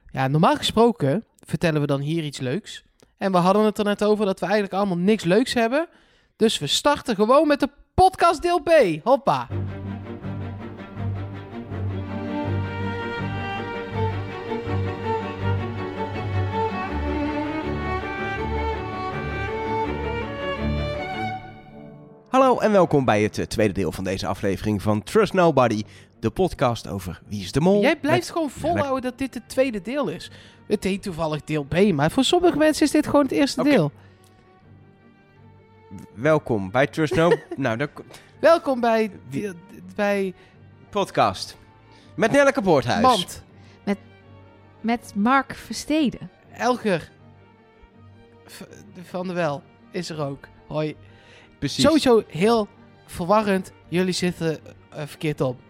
Ja, normaal gesproken vertellen we dan hier iets leuks. En we hadden het er net over dat we eigenlijk allemaal niks leuks hebben. Dus we starten gewoon met de podcast deel B. Hoppa. Hallo en welkom bij het tweede deel van deze aflevering van Trust Nobody, de podcast over Wie is de Mol. Jij blijft gewoon volhouden dat dit het tweede deel is. Het heet toevallig deel B, maar voor sommige mensen is dit gewoon het eerste deel. Welkom bij Trust Nobody. Welkom bij podcast met Nelleke Poorthuis. Mand. Met Mark Versteden. Elger van der Wel is er ook. Hoi. Precies. Sowieso heel verwarrend. Jullie zitten verkeerd op.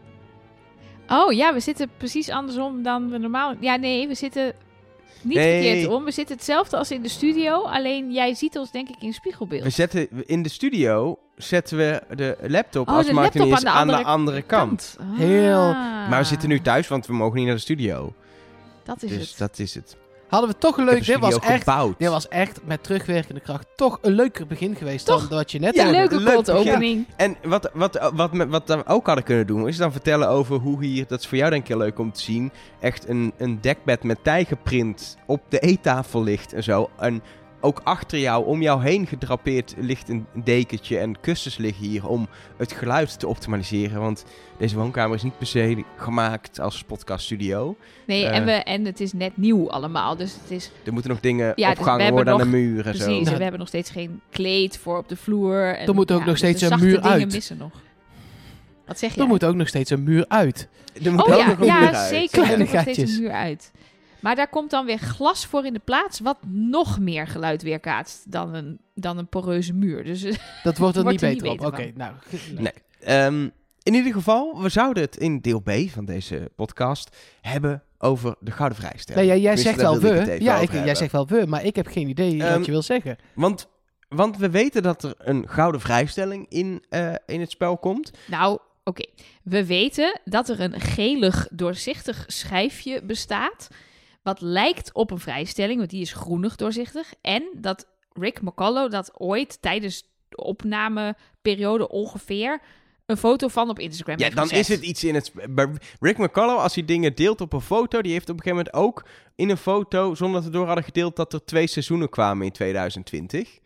Oh ja, we zitten precies andersom dan we normaal... Ja, nee, we zitten niet verkeerd om. We zitten hetzelfde als in de studio. Alleen jij ziet ons denk ik in spiegelbeeld. In de studio zetten we de laptop Oh, als de Martin laptop is aan de andere kant. Ah. Heel- Maar we zitten nu thuis, want we mogen niet naar de studio. Dat is Dus het. dat is het. Hadden we toch een Ik heb leuk... de Dit was studio echt... gebouwd. Dit was echt met terugwerkende kracht toch een leuker begin geweest Toch? dan wat je net Ja, Een hoorde. leuke leuk cold begin. opening. En wat we ook hadden kunnen doen, is dan vertellen over hoe hier, dat is voor jou denk ik heel leuk om te zien, echt een dekbed met tijgerprint op de eettafel ligt en zo. En ook achter jou, om jou heen gedrapeerd, ligt een dekentje en kussens liggen hier om het geluid te optimaliseren. Want deze woonkamer is niet per se gemaakt als podcaststudio. Nee, en het is net nieuw allemaal. Dus het is... Er moeten nog dingen Ja, dus we opgehangen hebben worden aan de nog- muur en Precies, zo. en Nou, we hebben nog steeds geen kleed voor op de vloer. En, Er moet ook nog dus steeds de een zachte muur dingen uit. missen nog. Wat zeg je? Er moet ook nog steeds een muur uit. Er moet Oh ook ja, nog een ja muur uit. zeker. Kleine Er moet nog steeds gaatjes. een muur uit. Maar daar komt dan weer glas voor in de plaats, wat nog meer geluid weerkaatst dan een poreuze muur. Dus Dat wordt er Wordt niet er beter niet op. beter Oké, nou. Nee. In ieder geval, we zouden het in deel B van deze podcast hebben over de Gouden Vrijstelling. Nee, jij Tenminste, zegt daar wel wilde ik we. het even Ja, over jij hebben. zegt wel we, maar ik heb geen idee wat je wil zeggen. Want we weten dat er een Gouden Vrijstelling in het spel komt. nou, oké. We weten dat er een gelig doorzichtig schijfje bestaat, wat lijkt op een vrijstelling, want die is groenig doorzichtig. En dat Rick McCullough dat ooit tijdens de opnameperiode ongeveer een foto van op Instagram Ja, heeft dan gezet. is het iets in het... Rick McCullough, als hij dingen deelt op een foto, die heeft op een gegeven moment ook in een foto, zonder dat we door hadden gedeeld, dat er 2 seizoenen kwamen in 2020.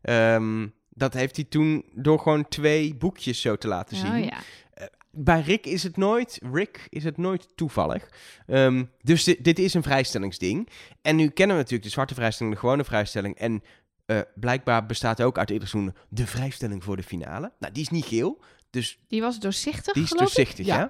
Dat heeft hij toen door gewoon 2 boekjes zo te laten zien. Oh ja. Bij Rick is het nooit toevallig. Dus dit is een vrijstellingsding. En nu kennen we natuurlijk de zwarte vrijstelling, de gewone vrijstelling. En blijkbaar bestaat ook uit ieder seizoen de vrijstelling voor de finale. Nou, die is niet geel. Dus Die was doorzichtig, die is geloof ik? doorzichtig, ja.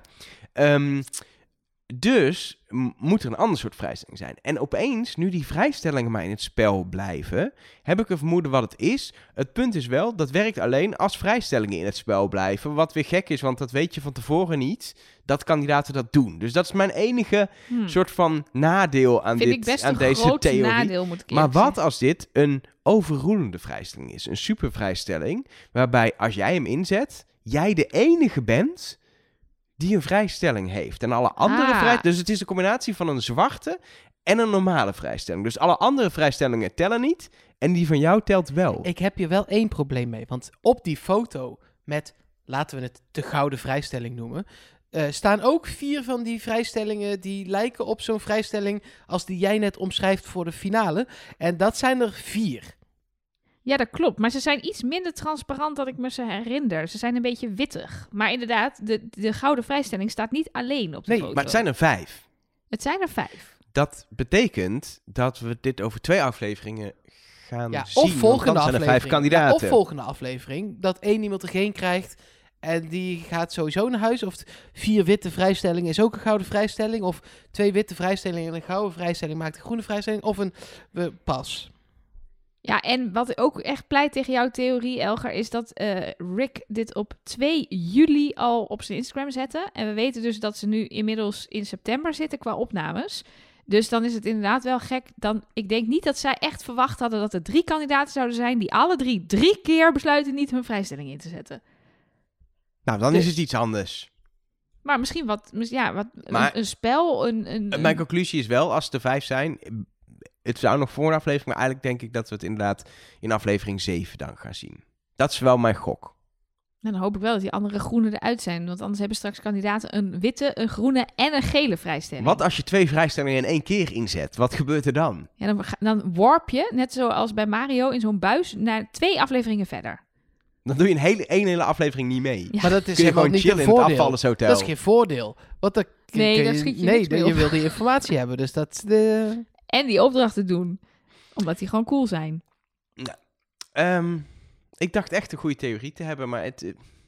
Dus moet er een ander soort vrijstelling zijn. En opeens, nu die vrijstellingen maar in het spel blijven, heb ik een vermoeden wat het is. Het punt is wel, dat werkt alleen als vrijstellingen in het spel blijven. Wat weer gek is, want dat weet je van tevoren niet, dat kandidaten dat doen. Dus dat is mijn enige soort van nadeel aan, Vind ik best aan een deze groot theorie. nadeel, moet ik Maar eerlijk wat zeggen. als dit een overroelende vrijstelling is? Een supervrijstelling, waarbij als jij hem inzet, jij de enige bent die een vrijstelling heeft. En alle andere Dus het is een combinatie van een zwarte en een normale vrijstelling. Dus alle andere vrijstellingen tellen niet en die van jou telt wel. Ik heb hier wel 1 probleem mee. Want op die foto met, laten we het de gouden vrijstelling noemen, staan ook 4 van die vrijstellingen die lijken op zo'n vrijstelling als die jij net omschrijft voor de finale. En dat zijn er 4. Ja, dat klopt. Maar ze zijn iets minder transparant dan ik me ze herinner. Ze zijn een beetje wittig. Maar inderdaad, de gouden vrijstelling staat niet alleen op de Nee, foto. Maar het zijn er 5. Het zijn er 5. Dat betekent dat we dit over 2 afleveringen gaan Ja, zien. of want volgende dan zijn er 5 aflevering. kandidaten. Ja, of volgende aflevering. Dat 1 iemand er geen krijgt en die gaat sowieso naar huis. Of 4 witte vrijstellingen is ook een gouden vrijstelling. Of 2 witte vrijstellingen en een gouden vrijstelling maakt een groene vrijstelling. Of een pas. Ja, en wat ook echt pleit tegen jouw theorie, Elger, is dat Rick dit op 2 juli al op zijn Instagram zette. En we weten dus dat ze nu inmiddels in september zitten qua opnames. Dus dan is het inderdaad wel gek. Ik denk niet dat zij echt verwacht hadden dat er 3 kandidaten zouden zijn die alle 3 keer besluiten niet hun vrijstelling in te zetten. Nou, dan Dus- is het iets anders. Maar misschien Maar- een spel, Mijn conclusie is wel, als het er 5 zijn... Het zou nog voor een aflevering, maar eigenlijk denk ik dat we het inderdaad in aflevering 7 dan gaan zien. Dat is wel mijn gok. Nou, dan hoop ik wel dat die andere groene eruit zijn. Want anders hebben straks kandidaten een witte, een groene en een gele vrijstelling. Wat als je 2 vrijstellingen in 1 keer inzet? Wat gebeurt er dan? Ja, dan warp je, net zoals bij Mario, in zo'n buis naar 2 afleveringen verder. Dan doe je een hele aflevering niet mee. Ja. Maar dat is Kun je helemaal gewoon niet chillen een in het voordeel. afvallershotel. Dat is geen voordeel. Want dan Nee, daar schiet je niks mee je op. wil die informatie hebben. Dus dat is de... En die opdrachten doen. Omdat die gewoon cool zijn. Ik dacht echt een goede theorie te hebben, maar het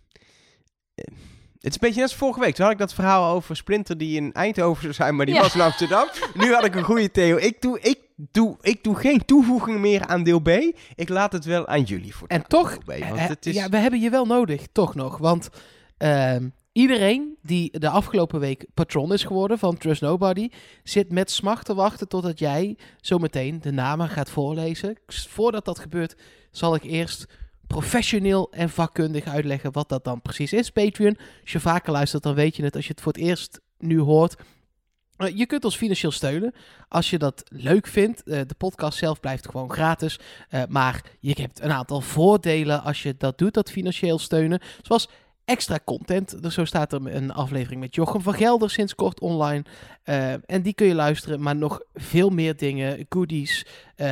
is een beetje net als vorige week. Toen had ik dat verhaal over Splinter die in Eindhoven zou zijn, maar die Ja. was in Amsterdam. Nu had ik een goede theorie. Ik doe geen toevoeging meer aan deel B. Ik laat het wel aan jullie voor. En toch, deel B, want het is... ja, we hebben je wel nodig, toch nog. Want iedereen die de afgelopen week patron is geworden van Trust Nobody, zit met smacht te wachten totdat jij zometeen de namen gaat voorlezen. Voordat dat gebeurt, zal ik eerst professioneel en vakkundig uitleggen wat dat dan precies is, Patreon. Als je vaker luistert, dan weet je het. Als je het voor het eerst nu hoort... je kunt ons financieel steunen als je dat leuk vindt. De podcast zelf blijft gewoon gratis. Maar je hebt een aantal voordelen als je dat doet, dat financieel steunen. Zoals extra content. Dus zo staat er een aflevering met Jochem van Gelder sinds kort online. En die kun je luisteren. Maar nog veel meer dingen. Goodies.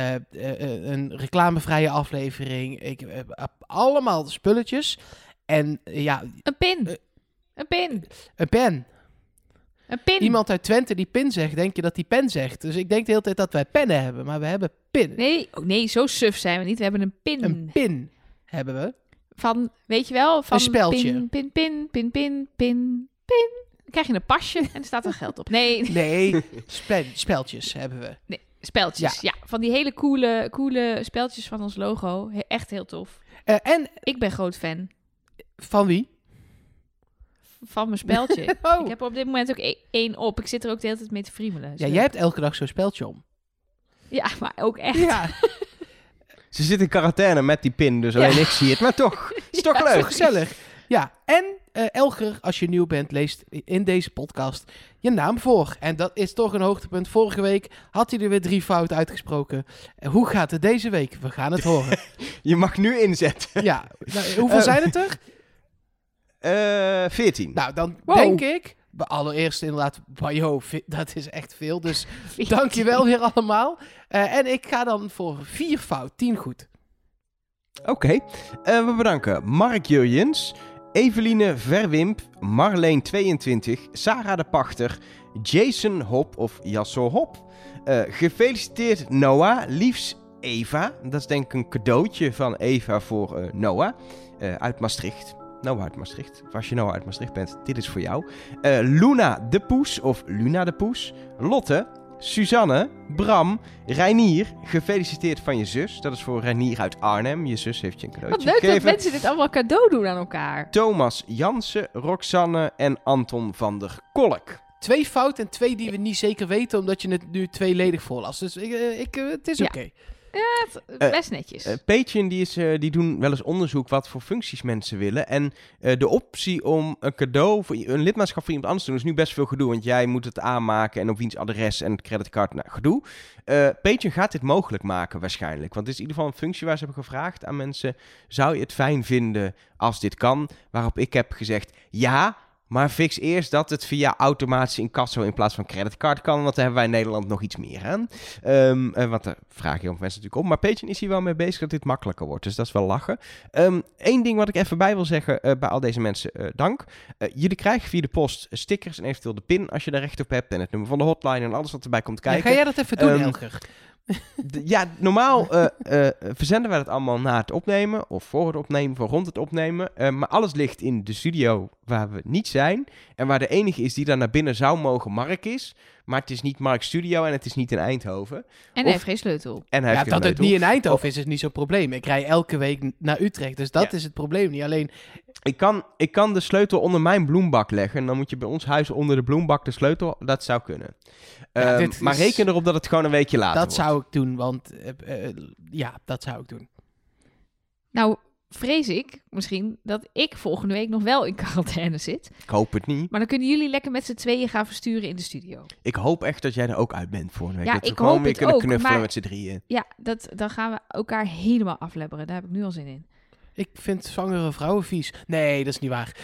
Een reclamevrije aflevering. Allemaal spulletjes. En ja, Een pin. Een pin. een pen. Een pin. Iemand uit Twente die pin zegt, denk je dat die pen zegt. Dus ik denk de hele tijd dat wij pennen hebben, maar we hebben pin. Nee, zo suf zijn we niet. We hebben een pin. Een pin hebben we. Van, weet je wel? Van Een speldje. Pin. Dan krijg je een pasje en er staat er geld op. Nee, Speltjes hebben we. speltjes. Ja. Van die hele coole speltjes van ons logo. Echt heel tof. En Ik ben groot fan van wie? van mijn speltje. Oh. Ik heb er op dit moment ook 1 op. Ik zit er ook de hele tijd mee te friemelen. Ja, jij hebt elke dag zo'n speltje om. Ja, maar ook echt. Ja, Ze zit in quarantaine met die pin, dus alleen ik zie het. Maar toch, is toch dat is leuk. toch gezellig. Ja, en Elger, als je nieuw bent, leest in deze podcast je naam voor. En dat is toch een hoogtepunt. Vorige week had hij er weer 3 fouten uitgesproken. Hoe gaat het deze week? We gaan het horen. Je mag nu inzetten. Ja, nou, hoeveel zijn het er? 14. Nou, dan Wow. denk ik... Allereerst inderdaad, wajo, dat is echt veel. Dus dankjewel weer allemaal. En ik ga dan voor 4 fout, 10 goed. Oké. We bedanken Mark Jurjens, Eveline Verwimp, Marleen 22, Sarah de Pachter, Jason Hop of Jasso Hop. Gefeliciteerd Noah, liefst Eva. Dat is denk ik een cadeautje van Eva voor Noah uit Maastricht. Noah uit Maastricht. Of als je Noah uit Maastricht bent, dit is voor jou. Luna de Poes of Luna de Poes. Lotte, Suzanne, Bram, Reinier. Gefeliciteerd van je zus. Dat is voor Reinier uit Arnhem. Je zus heeft je een cadeautje Wat leuk dat gegeven. mensen dit allemaal cadeau doen aan elkaar. Thomas Jansen, Roxanne en Anton van der Kolk. 2 fout en 2 die we niet zeker weten, omdat je het nu tweeledig voorlas. Dus het is Ja. oké. Best netjes. Patreon die doen wel eens onderzoek wat voor functies mensen willen. En de optie om een cadeau, voor een lidmaatschap voor iemand anders te doen, is nu best veel gedoe. Want jij moet het aanmaken en op wiens adres en het creditcard, nou, gedoe. Patreon gaat dit mogelijk maken waarschijnlijk. Want het is in ieder geval een functie waar ze hebben gevraagd aan mensen. Zou je het fijn vinden als dit kan? Waarop ik heb gezegd, ja, maar fix eerst dat het via automatische incasso in plaats van creditcard kan. Want daar hebben wij in Nederland nog iets meer aan. Want daar vragen heel veel mensen natuurlijk om. Maar Patreon is hier wel mee bezig dat dit makkelijker wordt. Dus dat is wel lachen. Eén ding wat ik even bij wil zeggen bij al deze mensen, dank. Jullie krijgen via de post stickers en eventueel de pin als je daar recht op hebt. En het nummer van de hotline en alles wat erbij komt Ja, kijken. ga jij dat even doen, Ehm, Elger? Ja, normaal verzenden wij dat allemaal na het opnemen. Of voor het opnemen, voor rond het opnemen. Maar alles ligt in de studio waar we niet zijn. En waar de enige is die daar naar binnen zou mogen Mark is. Maar het is niet Mark's studio en het is niet in Eindhoven. En hij of- heeft geen sleutel. En hij Ja, heeft dat geen het sleutel. niet in Eindhoven is niet zo'n probleem. Ik rij elke week naar Utrecht, dus dat Ja. is het probleem niet. Alleen, Ik kan de sleutel onder mijn bloembak leggen. En dan moet je bij ons huis onder de bloembak de sleutel. Dat zou kunnen. Ja, dit maar is- reken erop dat het gewoon een weekje later dat wordt. zou ik doen, want ja, dat zou ik doen. Nou, vrees ik misschien dat ik volgende week nog wel in quarantaine zit. Ik hoop het niet. Maar dan kunnen jullie lekker met z'n tweeën gaan versturen in de studio. Ik hoop echt dat jij er ook uit bent volgende week. Ja, dat we ik gewoon hoop weer het kunnen ook, knuffelen maar- met z'n drieën. Ja, dan gaan we elkaar helemaal aflebberen. Daar heb ik nu al zin in. Ik vind zwangere vrouwen vies. Nee, dat is niet waar.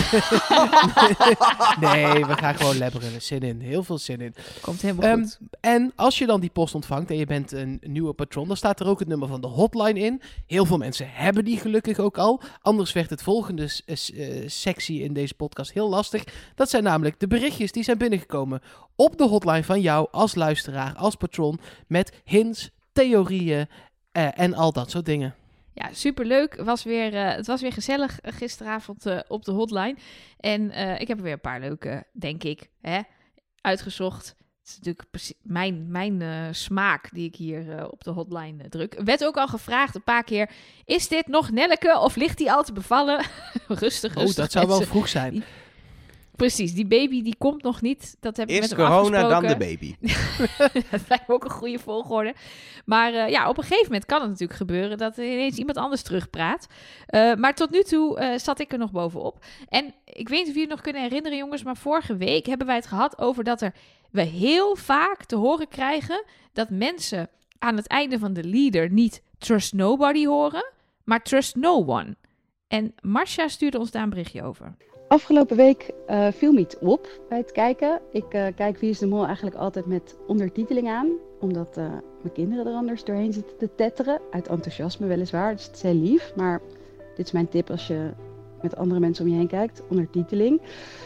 Nee, we gaan gewoon lebberen. Zin in. Heel veel zin in. Komt helemaal goed. En als je dan die post ontvangt en je bent een nieuwe patron, dan staat er ook het nummer van de hotline in. Heel veel mensen hebben die gelukkig ook al. Anders werd het volgende sectie in deze podcast heel lastig. Dat zijn namelijk de berichtjes die zijn binnengekomen op de hotline van jou als luisteraar, als patron, met hints, theorieën en al dat soort dingen. Ja, superleuk. Het was weer gezellig gisteravond op de hotline. En ik heb er weer een paar leuke, denk ik, uitgezocht. Het is natuurlijk precies mijn smaak die ik hier op de hotline druk. Er werd ook al gevraagd een paar keer, is dit nog Nelleke of ligt die al te bevallen? rustig. Oh, dat zou wel mensen. vroeg zijn. Precies, die baby die komt nog niet. Dat heb ik Eerst met hem corona, dan afgesproken. de baby. Dat lijkt me ook een goede volgorde. Maar op een gegeven moment kan het natuurlijk gebeuren dat er ineens iemand anders terugpraat. Maar tot nu toe zat ik er nog bovenop. En ik weet niet of jullie nog kunnen herinneren, jongens, maar vorige week hebben wij het gehad over dat we heel vaak te horen krijgen dat mensen aan het einde van de leader niet trust nobody horen, maar trust no one. En Marcia stuurde ons daar een berichtje over. Afgelopen week viel me iets op bij het kijken. Ik kijk Wie is de Mol eigenlijk altijd met ondertiteling aan. Omdat mijn kinderen er anders doorheen zitten te tetteren. Uit enthousiasme weliswaar, dus het is heel lief. Maar dit is mijn tip als je met andere mensen om je heen kijkt. Ondertiteling.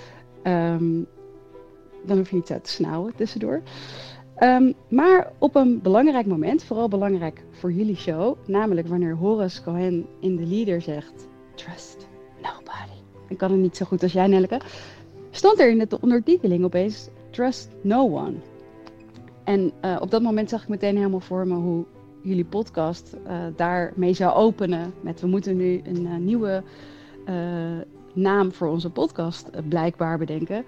Dan hoef je niet zo te snauwen tussendoor. Maar op een belangrijk moment, vooral belangrijk voor jullie show. Namelijk wanneer Horace Cohen in de leader zegt, trust nobody. Ik kan het niet zo goed als jij, Nelleke. Stond er in de ondertiteling opeens trust no one. En op dat moment zag ik meteen helemaal voor me hoe jullie podcast daarmee zou openen. Met we moeten nu een nieuwe naam voor onze podcast blijkbaar bedenken.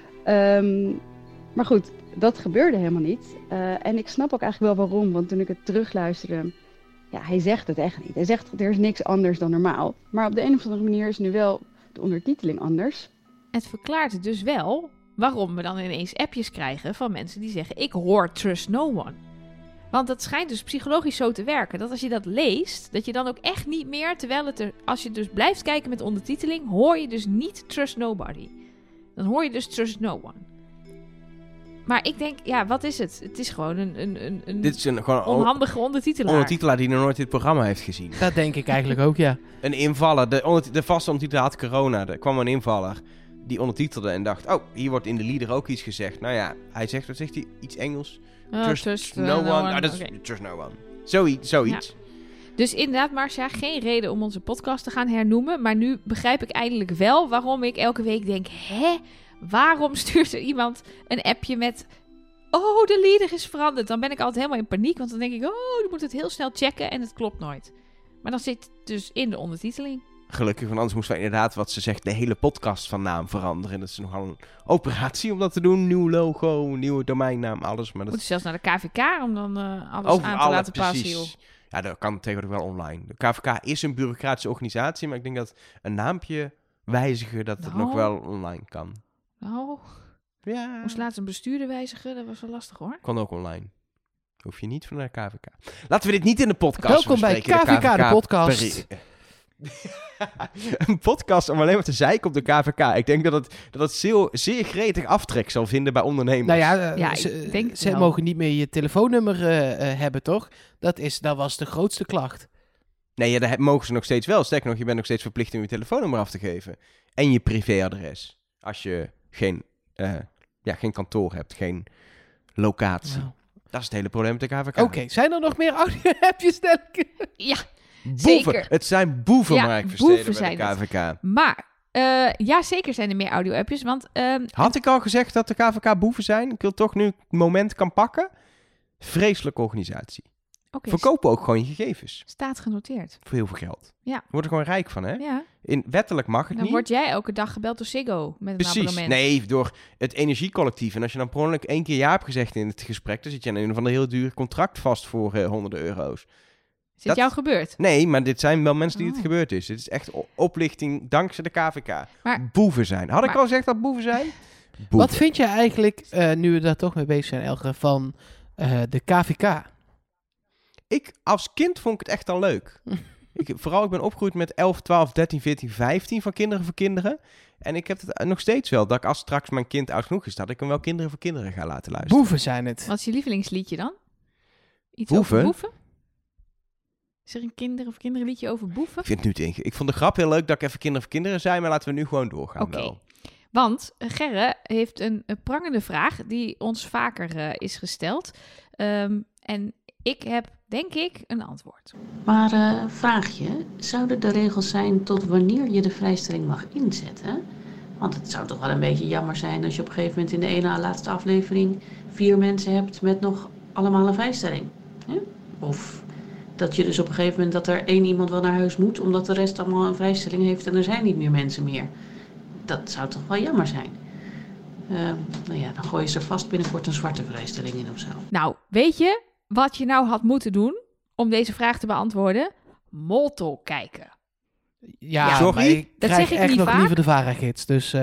Maar goed, dat gebeurde helemaal niet. En ik snap ook eigenlijk wel waarom. Want toen ik het terugluisterde, ja, hij zegt het echt niet. Hij zegt er is niks anders dan normaal. Maar op de een of andere manier is nu wel de ondertiteling anders. Het verklaart dus wel waarom we dan ineens appjes krijgen van mensen die zeggen, ik hoor trust no one. Want dat schijnt dus psychologisch zo te werken, dat als je dat leest, dat je dan ook echt niet meer, terwijl als je dus blijft kijken met ondertiteling, hoor je dus niet trust nobody. Dan hoor je dus trust no one. Maar ik denk, ja, wat is het? Het is gewoon een Dit is gewoon onhandige ondertitelaar. ondertitelaar die nog nooit dit programma heeft gezien. Dat denk ik eigenlijk ook, ja. Een invaller. De vaste ondertitelaar had corona. Er kwam een invaller die ondertitelde en dacht, oh, hier wordt in de leader ook iets gezegd. Nou ja, hij zegt, wat zegt hij? Iets Engels? Trust no one. Ah, dat is Oké. trust no one. Zoiets. Dus inderdaad, Marcia, geen reden om onze podcast te gaan hernoemen. Maar nu begrijp ik eindelijk wel waarom ik elke week denk, waarom stuurt er iemand een appje met, oh, de leader is veranderd. Dan ben ik altijd helemaal in paniek, want dan denk ik, oh, dan moet het heel snel checken en het klopt nooit. Maar dan zit het dus in de ondertiteling. Gelukkig, want anders moesten wij inderdaad, wat ze zegt, de hele podcast van naam veranderen. Dat is nogal een operatie om dat te doen. Nieuw logo, nieuwe domeinnaam, alles. Maar dat Moet zelfs naar de KVK om dan alles aan te laten passen, joh. Ja, dat kan tegenwoordig wel online. De KVK is een bureaucratische organisatie, maar ik denk dat een naampje wijzigen, dat het nog wel online kan. Nou, Ja. moest laatst een bestuurder wijzigen, dat was wel lastig hoor. Kan ook online. Hoef je niet van de KVK. Laten we dit niet in de podcast Welkom bij bespreken, KVK, de podcast. Een podcast om alleen maar te zeiken op de KVK. Ik denk dat het zeer gretig aftrek zal vinden bij ondernemers. Nou ja, Ja, ze ik denk het ze wel. mogen niet meer je telefoonnummer hebben, toch? Dat was de grootste klacht. Nee, ja, dat mogen ze nog steeds wel. Sterker nog, je bent nog steeds verplicht om je telefoonnummer af te geven. En je privéadres. Als je geen kantoor hebt, geen locatie. Nou. Dat is het hele probleem met de KVK. Oké, zijn er nog meer audio-appjes, Nelleke? Ja, Boeven. zeker. Het zijn boeven, Ja, Mark boeven Versteden zijn bij de KVK. maar ja, zeker zijn er meer audio-appjes, want Had ik al gezegd dat de KVK boeven zijn? Ik wil toch nu het moment kan pakken. Vreselijke organisatie. oké, Verkopen ook gewoon je gegevens. staat genoteerd. Voor heel veel geld. Ja. Je wordt er gewoon rijk van, hè? Ja, Wettelijk mag het dan niet. word jij elke dag gebeld door Ziggo met een Precies. abonnement. Nee, door het energiecollectief. En als je dan per ongeluk 1 keer ja hebt gezegd in het gesprek, dan zit je aan een of ander heel duur contract vast voor honderden euro's. Is dit jou gebeurd? Nee, maar dit zijn wel mensen die het Oh. gebeurd is. Dit is echt oplichting dankzij de KVK. Maar- Boeven zijn. Had ik maar- al gezegd dat boeven zijn? Boeven. Wat vind je eigenlijk, nu we daar toch mee bezig zijn, Elger, van de KVK? Ik als kind vond ik het echt al leuk. Ik ben opgegroeid met 11, 12, 13, 14, 15 van Kinderen voor Kinderen. En ik heb het nog steeds wel, dat ik als straks mijn kind oud genoeg is, dat ik hem wel Kinderen voor Kinderen ga laten luisteren. Boeven zijn het. Wat is je lievelingsliedje dan? Iets Boeven? over boeven? Is er een kinderliedje over boeven? Ik vind het nu te ingewikkeld. Ik vond de grap heel leuk dat ik even Kinderen voor Kinderen zei, maar laten we nu gewoon doorgaan. Oké. Wel. Want Gerre heeft een prangende vraag die ons vaker is gesteld. En ik heb, denk ik, een antwoord. Maar vraagje, zouden de regels zijn tot wanneer je de vrijstelling mag inzetten? Want het zou toch wel een beetje jammer zijn als je op een gegeven moment in de ene laatste aflevering 4 mensen hebt met nog allemaal een vrijstelling. Hè? Of dat je dus op een gegeven moment dat er 1 iemand wel naar huis moet omdat de rest allemaal een vrijstelling heeft en er zijn niet meer mensen meer. Dat zou toch wel jammer zijn. Nou ja, dan gooi je er vast binnenkort een zwarte vrijstelling in of zo. Nou, weet je wat je nou had moeten doen om deze vraag te beantwoorden? Molto kijken. Ja, Sorry? maar ik Dat krijg zeg ik echt niet nog vaak. liever de VARA-gids. Dus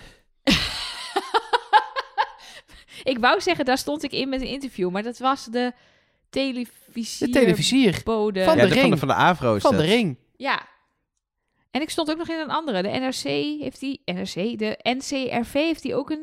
Ik wou zeggen, daar stond ik in met een interview, maar dat was de televisie. de televisier Bode. Van Ja, de de ring. van de Avro is van de dat. ring. Ja. En ik stond ook nog in een andere. De de NCRV heeft die ook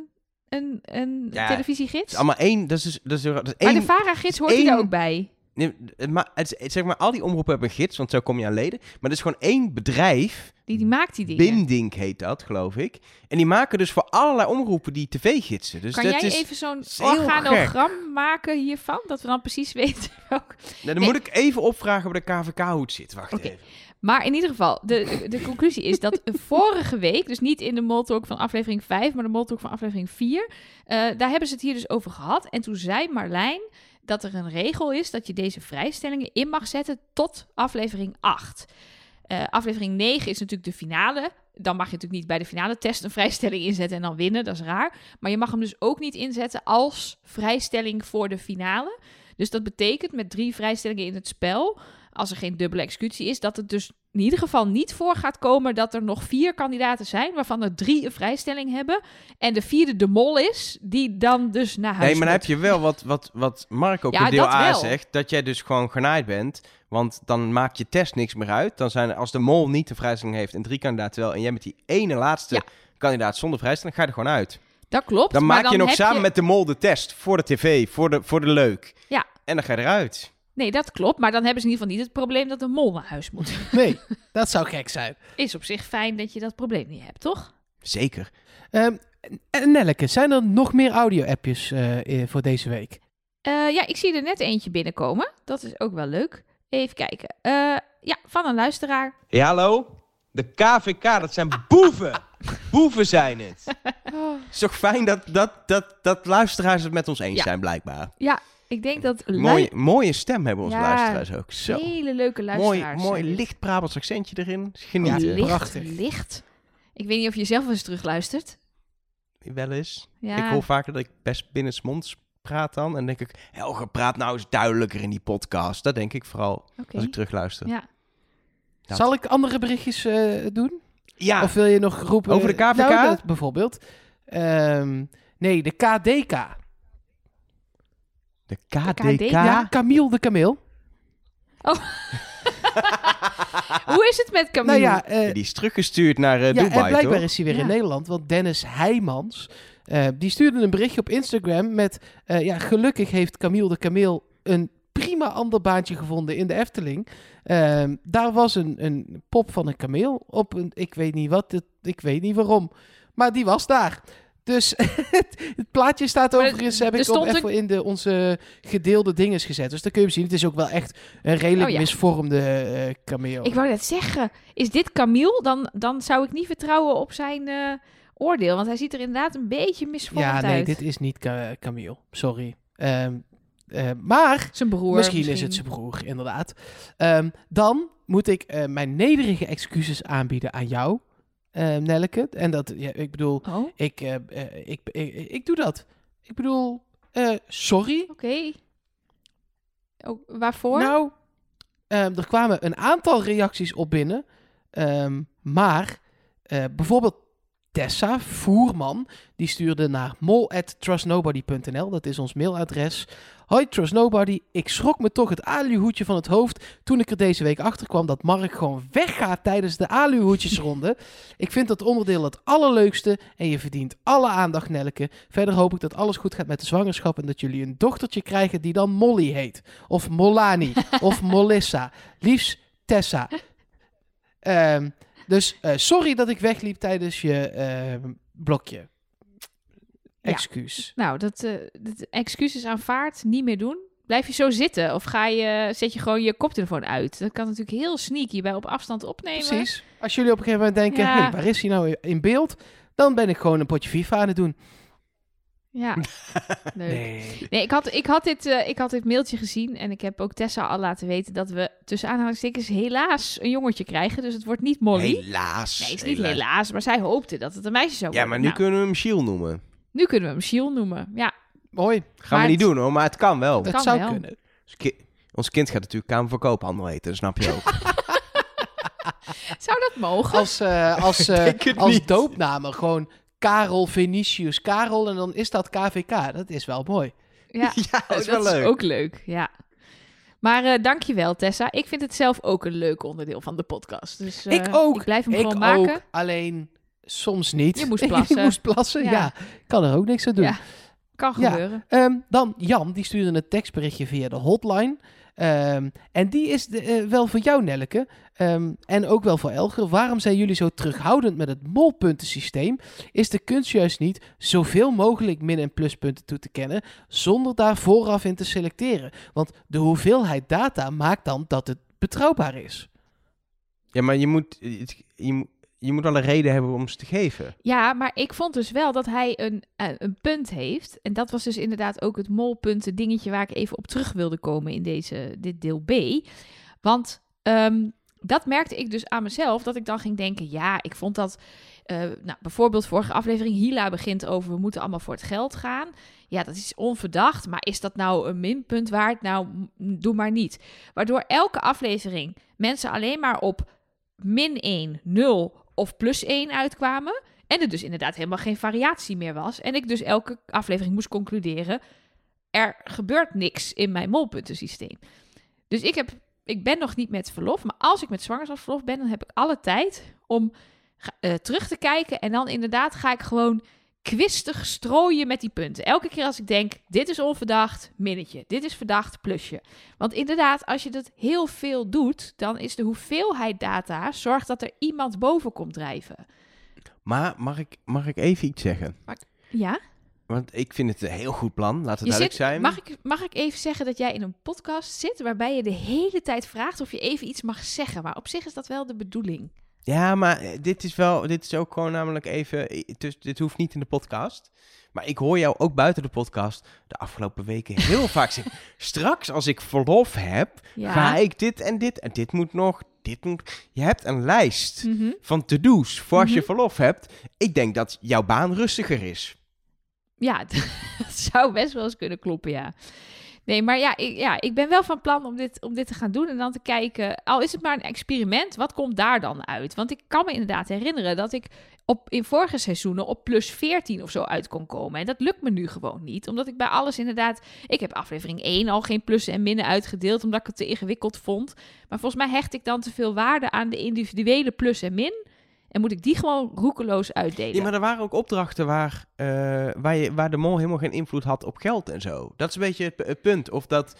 een Ja, televisiegids. Het is allemaal één. Dat is maar één. de VARA-gids hoort hij één- er ook bij. Nee, maar zeg maar, al die omroepen hebben een gids, want zo kom je aan leden. Maar er is gewoon één bedrijf. Die maakt die dingen. Bindink heet dat, geloof ik. En die maken dus voor allerlei omroepen die tv-gidsen. Dus Kan dat jij is, even zo'n is heel organogram maken hiervan? Dat we dan precies weten welk... Nou, dan Nee. moet ik even opvragen bij de KVK hoe het zit. Wacht Oké. even. Maar in ieder geval, de conclusie is dat vorige week, dus niet in de Moltalk van aflevering 5, maar de Moltalk van aflevering 4, daar hebben ze het hier dus over gehad. En toen zei Marlijn dat er een regel is dat je deze vrijstellingen in mag zetten tot aflevering 8. Aflevering 9 is natuurlijk de finale. Dan mag je natuurlijk niet bij de finale test een vrijstelling inzetten en dan winnen. Dat is raar. Maar je mag hem dus ook niet inzetten als vrijstelling voor de finale. Dus dat betekent met 3 vrijstellingen in het spel, als er geen dubbele executie is, dat het dus in ieder geval niet voor gaat komen dat er nog 4 kandidaten zijn, waarvan er 3 een vrijstelling hebben. En de 4e de mol is, die dan dus naar huis Nee, maar dan moet. heb je wel wat Mark ook Ja, in deel dat A wel. zegt. Dat jij dus gewoon genaaid bent. Want dan maakt je test niks meer uit. Dan zijn er, als de mol niet de vrijstelling heeft en 3 kandidaten wel, en jij met die ene laatste Ja. kandidaat zonder vrijstelling, ga je er gewoon uit. Dat klopt. Dan maar maak je nog heb samen met de mol de test voor de tv, voor de leuk. Ja. En dan ga je eruit. Nee, dat klopt. Maar dan hebben ze in ieder geval niet het probleem dat de mol naar huis moet. Nee, dat zou gek zijn. Is op zich fijn dat je dat probleem niet hebt, toch? Zeker. En Nelleke, zijn er nog meer audio-appjes voor deze week? Ja, ik zie er net eentje binnenkomen. Dat is ook wel leuk. Even kijken. Ja, van een luisteraar. Ja, hallo? De KVK, dat zijn boeven. Boeven zijn het. Oh, Het is toch fijn dat luisteraars het met ons eens Ja. zijn, blijkbaar. ja, ik denk dat Mooie stem hebben onze Ja, luisteraars ook. Zo. hele leuke Mooi, luisteraars. mooi zijn dit. licht Brabants accentje erin. Ja, Genieten. Ja, licht, prachtig. licht. Ik weet niet of je zelf wel eens terugluistert. Wel eens. Ja. Ik hoor vaker dat ik best binnensmonds praat dan. En denk ik, Helge, praat nou eens duidelijker in die podcast. Dat denk ik vooral Oké. als ik terugluister. Ja. Dat. Zal ik andere berichtjes doen? Ja, Of wil je nog roepen... Over de KVK? Nou, dat bijvoorbeeld. Nee, de KDK. de KDK? KDK. Ja, Camille de Kameel. Hoe is het met Camille? Nou ja, Ja, die is teruggestuurd naar ja, en Dubai, blijkbaar toch? is hij weer Ja. in Nederland. Want Dennis Heijmans, die stuurde een berichtje op Instagram met... gelukkig heeft Camille de Kameel een prima ander baantje gevonden in de Efteling. Daar was een pop van een kameel op een... Ik weet niet wat, ik weet niet waarom. Maar die was daar. Dus het plaatje staat Maar overigens, heb er ik stond ook even in onze gedeelde dinges gezet. Dus daar kun je hem zien. Het is ook wel echt een redelijk Oh ja. misvormde kameel. Ik wou net zeggen, is dit Camille? Dan zou ik niet vertrouwen op zijn oordeel. Want hij ziet er inderdaad een beetje misvormd Ja, nee, uit. dit is niet Camille. Sorry. Maar Zijn broer misschien is het zijn broer, inderdaad. Dan moet ik mijn nederige excuses aanbieden aan jou, Nelleke. En dat, ja, ik bedoel, Oh, ik doe dat. Ik bedoel, sorry. oké. Oh, waarvoor? Nou, Er kwamen een aantal reacties op binnen. Maar bijvoorbeeld Tessa Voerman, die stuurde naar mol@trustnobody.nl. Dat is ons mailadres. Hoi Trust Nobody, ik schrok me toch het aluhoedje van het hoofd toen ik er deze week achter kwam dat Mark gewoon weggaat tijdens de aluhoedjesronde. Ik vind dat onderdeel het allerleukste en je verdient alle aandacht, Nelleke. Verder hoop ik dat alles goed gaat met de zwangerschap en dat jullie een dochtertje krijgen die dan Molly heet. Of Molani. Of Molissa. Liefst Tessa. Dus sorry dat ik wegliep tijdens je blokje. Excuus. Ja. Nou, dat excuus is aanvaard. Niet meer doen. Blijf je zo zitten? Of zet je gewoon je koptelefoon uit? Dat kan natuurlijk heel sneaky bij op afstand opnemen. Precies. Als jullie op een gegeven moment denken, hey, waar is hij nou in beeld? Dan ben ik gewoon een potje FIFA aan het doen. Ja, leuk. Nee, ik had dit mailtje gezien en ik heb ook Tessa al laten weten dat we tussen aanhalingstekens helaas een jongetje krijgen. Dus het wordt niet Molly. Helaas. Nee, het is niet helaas, maar zij hoopte dat het een meisje zou worden. Ja, maar nu kunnen we hem Shiel noemen. Nu kunnen we hem Shiel noemen, ja. Mooi. Gaan we niet doen hoor, maar het kan wel. Het kan zou wel. kunnen. Ons kind gaat natuurlijk kamerverkoophandel eten, dat snap je ook. Zou dat mogen? Als doopnamen gewoon Karel Venetius Karel en dan is dat KVK. Dat is wel mooi. Ja, dat is wel dat leuk. is ook leuk, ja. Maar dankjewel Tessa. Ik vind het zelf ook een leuk onderdeel van de podcast. Dus Ik ook. Ik blijf hem Ik gewoon maken. ook, alleen soms niet. Je moest plassen. Ik moest plassen, ja. Kan er ook niks aan doen. Ja, kan Ja. gebeuren. Dan Jan, die stuurde een tekstberichtje via de hotline. En die is wel voor jou, Nelleke. En ook wel voor Elger. Waarom zijn jullie zo terughoudend met het molpuntensysteem? Is de kunst juist niet zoveel mogelijk min- en pluspunten toe te kennen, zonder daar vooraf in te selecteren? Want de hoeveelheid data maakt dan dat het betrouwbaar is. Ja, maar je moet wel een reden hebben om ze te geven. Ja, maar ik vond dus wel dat hij een punt heeft. En dat was dus inderdaad ook het molpunten dingetje waar ik even op terug wilde komen in dit deel B. Want dat merkte ik dus aan mezelf, dat ik dan ging denken, ja, ik vond dat, bijvoorbeeld vorige aflevering, Hila begint over, we moeten allemaal voor het geld gaan. Ja, dat is onverdacht, maar is dat nou een minpunt waard? Nou, doe maar niet. Waardoor elke aflevering mensen alleen maar op -1, 0 of +1 uitkwamen. En er dus inderdaad helemaal geen variatie meer was. En ik dus elke aflevering moest concluderen, er gebeurt niks in mijn molpuntensysteem. Dus ik ben nog niet met verlof, maar als ik met zwangerschapsverlof ben, dan heb ik alle tijd om terug te kijken. En dan inderdaad ga ik gewoon kwistig strooien met die punten. Elke keer als ik denk, dit is onverdacht, minnetje. Dit is verdacht, plusje. Want inderdaad, als je dat heel veel doet, dan is de hoeveelheid data, zorgt dat er iemand boven komt drijven. Maar mag ik even iets zeggen? Ja? Want ik vind het een heel goed plan, laat het duidelijk zijn. Mag ik even zeggen dat jij in een podcast zit waarbij je de hele tijd vraagt of je even iets mag zeggen? Maar op zich is dat wel de bedoeling. Ja, maar dit is ook gewoon namelijk even, dus dit hoeft niet in de podcast. Maar ik hoor jou ook buiten de podcast de afgelopen weken heel vaak zeggen, straks als ik verlof heb, ga ik dit en dit en dit moet nog, Je hebt een lijst van to-do's voor als je verlof hebt. Ik denk dat jouw baan rustiger is. Ja, dat zou best wel eens kunnen kloppen, ja. Nee, maar ik ben wel van plan om dit te gaan doen en dan te kijken, al is het maar een experiment, wat komt daar dan uit? Want ik kan me inderdaad herinneren dat ik in vorige seizoenen op +14 of zo uit kon komen. En dat lukt me nu gewoon niet, omdat ik bij alles inderdaad, ik heb aflevering 1 al geen plussen en minnen uitgedeeld, omdat ik het te ingewikkeld vond. Maar volgens mij hecht ik dan te veel waarde aan de individuele plus en min. En moet ik die gewoon roekeloos uitdelen? Ja, maar er waren ook opdrachten waar de mol helemaal geen invloed had op geld en zo. Dat is een beetje het punt. Of dat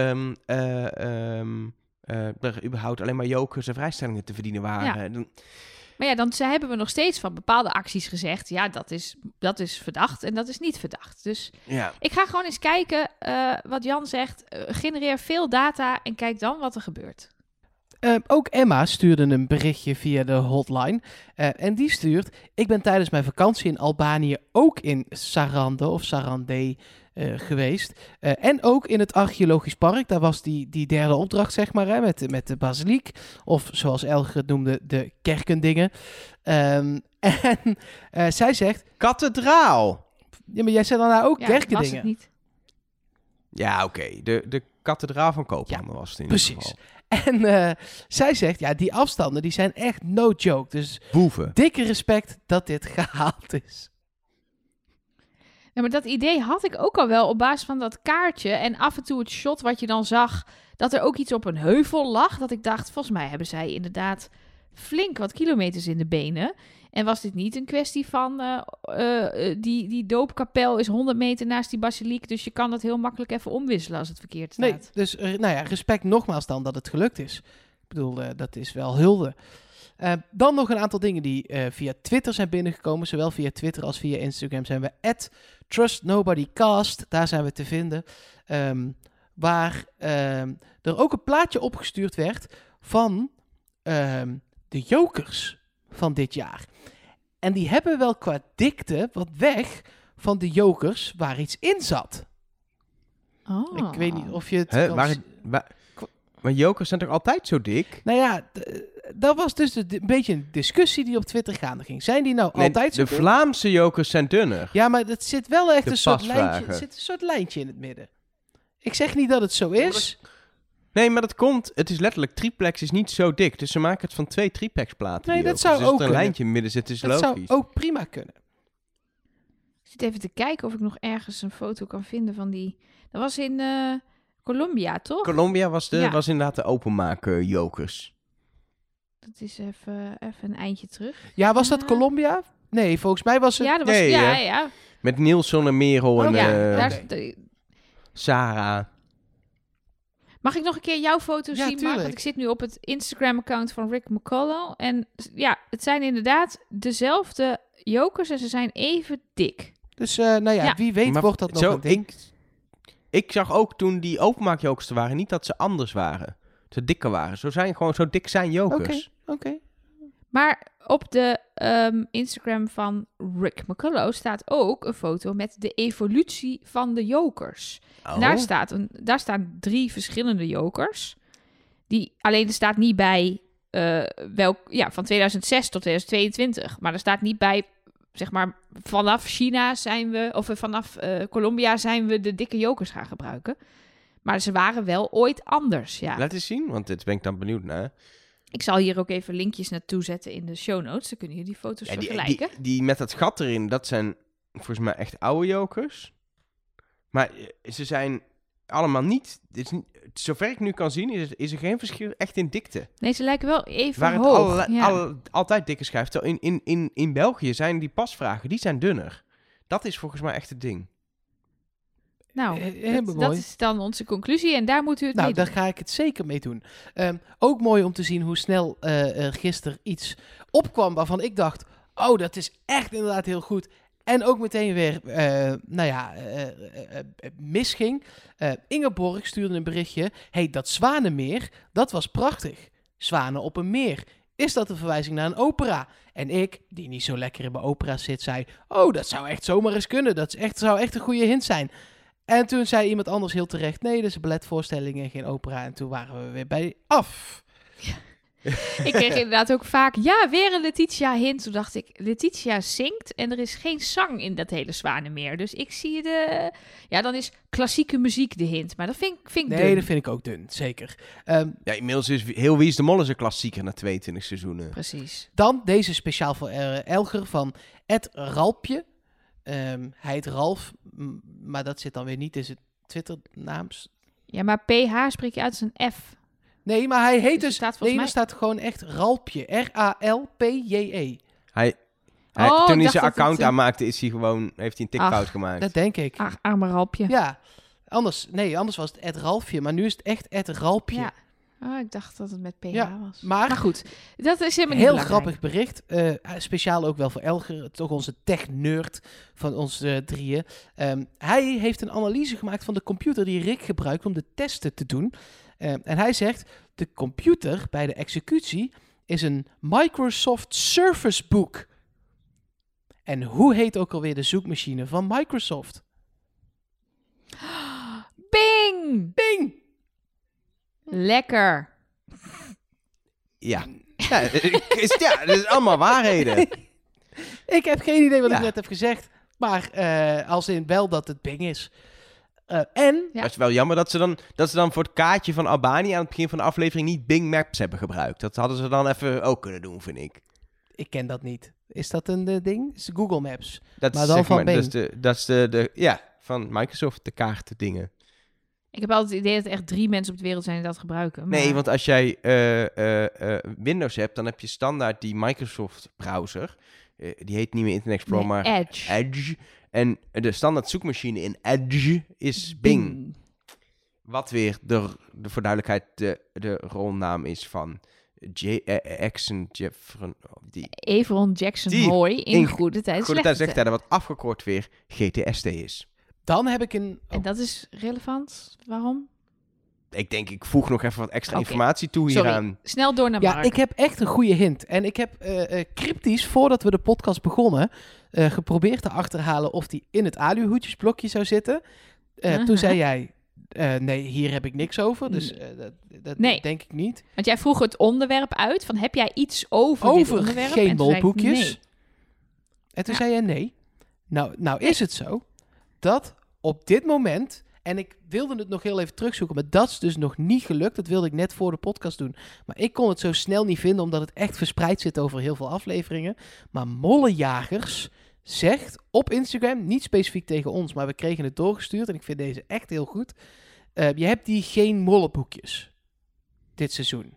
er überhaupt alleen maar jokers en vrijstellingen te verdienen waren. Ja. Maar ja, dan hebben we nog steeds van bepaalde acties gezegd, ja, dat is verdacht en dat is niet verdacht. Dus ik ga gewoon eens kijken wat Jan zegt. Genereer veel data en kijk dan wat er gebeurt. Ook Emma stuurde een berichtje via de hotline. En die stuurt, ik ben tijdens mijn vakantie in Albanië ook in Sarande of Sarandé geweest. En ook in het archeologisch park. Daar was die derde opdracht, zeg maar, hè, met de basiliek. Of zoals Elger het noemde, de kerkendingen. En zij zegt... Kathedraal! Ja, maar jij zei dan nou ook Ja, kerkendingen. was het niet. Ja, oké. De kathedraal van Koopman was het in precies. ieder geval. En zij zegt, ja, die afstanden die zijn echt no joke. Dus Boeven. dikke respect dat dit gehaald is. Ja, maar dat idee had ik ook al wel op basis van dat kaartje. En af en toe het shot wat je dan zag, dat er ook iets op een heuvel lag. Dat ik dacht, volgens mij hebben zij inderdaad flink wat kilometers in de benen. En was dit niet een kwestie van, die doopkapel is 100 meter naast die basiliek. Dus je kan dat heel makkelijk even omwisselen als het verkeerd staat. Nee, dus respect nogmaals dan dat het gelukt is. Ik bedoel, dat is wel hulde. Dan nog een aantal dingen die via Twitter zijn binnengekomen. Zowel via Twitter als via Instagram zijn we @TrustNobodyCast. Daar zijn we te vinden. Waar er ook een plaatje opgestuurd werd van de jokers van dit jaar. En die hebben wel qua dikte wat weg van de jokers waar iets in zat. Oh. Ik weet niet of je het... Hè? kan Maar jokers zijn toch altijd zo dik? Nou ja, dat was dus een beetje een discussie die op Twitter gaande ging. Zijn die nou altijd zo de dik? Vlaamse jokers zijn dunner. Ja, maar het zit wel echt De een soort lijntje. pasvragen. Er zit een soort lijntje in het midden. Ik zeg niet dat het zo is. Nee, maar dat komt... Het is letterlijk... Triplex is niet zo dik. Dus ze maken het van 2 triplex platen. Nee, die dat jokers. zou dus ook dat er een kunnen. lijntje in het midden zit, is Dat logisch. zou ook prima kunnen. Ik zit even te kijken of ik nog ergens een foto kan vinden van die... Dat was in Colombia, toch? Colombia was Ja. was inderdaad de openmaken jokers. Dat is even een eindje terug. Ja, was dat Ja. Colombia? Nee, volgens mij was het... Ja, dat was... Nee, ja, hè? ja. Met Nielsen en Merel en Ja, daar oké. is- Sarah. Mag ik nog een keer jouw foto Ja, zien, Mark? tuurlijk. Want ik zit nu op het Instagram-account van Rick McCullough. En ja, het zijn inderdaad dezelfde jokers en ze zijn even dik. Dus Ja. wie weet Maar wordt dat nog zo, een ding. Ik zag ook toen die openmaakjokers er waren, niet dat ze anders waren. Ze dikker waren. Zo dik zijn jokers. Oké. Maar op de Instagram van Rick McCullough staat ook een foto met de evolutie van de jokers. Oh. En daar staan 3 verschillende jokers. Alleen er staat niet bij van 2006 tot 2022. Maar er staat niet bij, zeg maar, vanaf China zijn we, of vanaf Colombia zijn we de dikke jokers gaan gebruiken. Maar ze waren wel ooit anders, ja. Laat eens zien, want dit ben ik dan benieuwd naar. Ik zal hier ook even linkjes naartoe zetten in de show notes. Dan kunnen jullie die foto's Ja, vergelijken. die met dat gat erin, dat zijn volgens mij echt oude jokers. Maar ze zijn allemaal niet... Zover ik nu kan zien, is er geen verschil echt in dikte. Nee, ze lijken wel even Waar het hoog. Ja. altijd dikke schijf. Terwijl in België zijn die pasvragen, die zijn dunner. Dat is volgens mij echt het ding. Nou, Helemaal dat mooi. is dan onze conclusie en daar moet u het Nou, mee daar doen. ga ik het zeker mee doen. Ook mooi om te zien hoe snel er gisteren iets opkwam waarvan ik dacht... Oh, dat is echt inderdaad heel goed. En ook meteen weer, misging. Ingeborg stuurde een berichtje. Hey, dat Zwanenmeer, dat was prachtig. Zwanen op een meer. Is dat een verwijzing naar een opera? En ik, die niet zo lekker in mijn opera zit, zei... Oh, dat zou echt zomaar eens kunnen. Dat zou echt een goede hint zijn. En toen zei iemand anders heel terecht... Nee, dat is een balletvoorstelling en geen opera. En toen waren we weer bij af. Ik kreeg inderdaad ook vaak, weer een Letitia-hint. Toen dacht ik, Letitia zingt en er is geen zang in dat hele Zwanenmeer. Dus ik zie dan is klassieke muziek de hint. Maar dat vind ik Nee, dun. dat vind ik ook dun, zeker. Ja, inmiddels is heel Wie is de Mol is een klassieker na 22 seizoenen. Precies. Dan deze speciaal voor Elger van Ed Ralpje. Hij heet Ralf, maar dat zit dan weer niet in zijn Twitter-naam. Ja, maar PH spreek je uit als een F. Nee, maar hij heet er dus... staat volgens er staat gewoon echt Ralpje. R-A-L-P-J-E. Oh, ik Toen hij dacht zijn dat het account een- aanmaakte, heeft hij een tikfout gemaakt. Dat denk ik. Arme Ralpje. Ja. Anders was het Ed Ralfje, maar nu is het echt Ed Ralpje. Ja. Oh, ik dacht dat het met PH Ja, was. maar- Maar goed, dat is helemaal niet Heel belangrijk. grappig bericht. Speciaal ook wel voor Elger, toch onze tech-nerd van ons drieën. Hij heeft een analyse gemaakt van de computer die Rick gebruikt om de testen te doen. En hij zegt, de computer bij de executie is een Microsoft Surface Book. En hoe heet ook alweer de zoekmachine van Microsoft? Bing! Bing! Lekker. Ja. Dat is allemaal waarheden. Ik heb geen idee wat Ja. ik net heb gezegd. Maar als in wel dat het Bing is. En Ja. Het is wel jammer dat ze dan voor het kaartje van Albanië aan het begin van de aflevering niet Bing Maps hebben gebruikt. Dat hadden ze dan even ook kunnen doen, vind ik. ik ken dat niet. Is dat een ding? Is Google Maps. Dat Maar is, dan zeg van Bing. dat is de van Microsoft, de kaartendingen. Ik heb altijd het idee dat er echt 3 mensen op de wereld zijn die dat gebruiken. Maar... Nee, want als jij Windows hebt, dan heb je standaard die Microsoft browser. Die heet niet meer Internet Explorer, Nee, maar Edge. En de standaard zoekmachine in Edge is Bing. Wat weer, voor duidelijkheid, de rolnaam is van Jackson Jeffren. Everon Jackson Die Hoy in in goede tijd, Goede slechte tijd, wat afgekort weer GTST is. Dan heb ik een... En dat is relevant. Waarom? Ik voeg nog even wat extra Oké. informatie toe Sorry. hieraan. Snel door naar Ja, Mark. ik heb echt een goede hint. En ik heb cryptisch, voordat we de podcast begonnen, geprobeerd te achterhalen of die in het aluhoedjesblokje zou zitten. Toen zei jij, nee, hier heb ik niks over. Dus dat Nee. denk ik niet. Want jij vroeg het onderwerp uit. Van, heb jij iets over dit Over onderwerp? geen En toen zei ik, molboekjes. nee. En toen Ja. zei jij nee. Nou is het zo dat op dit moment, en ik wilde het nog heel even terugzoeken, maar dat is dus nog niet gelukt. Dat wilde ik net voor de podcast doen. Maar ik kon het zo snel niet vinden, omdat het echt verspreid zit over heel veel afleveringen. Maar Mollejagers zegt op Instagram, niet specifiek tegen ons, maar we kregen het doorgestuurd en ik vind deze echt heel goed. Je hebt die geen molleboekjes dit seizoen.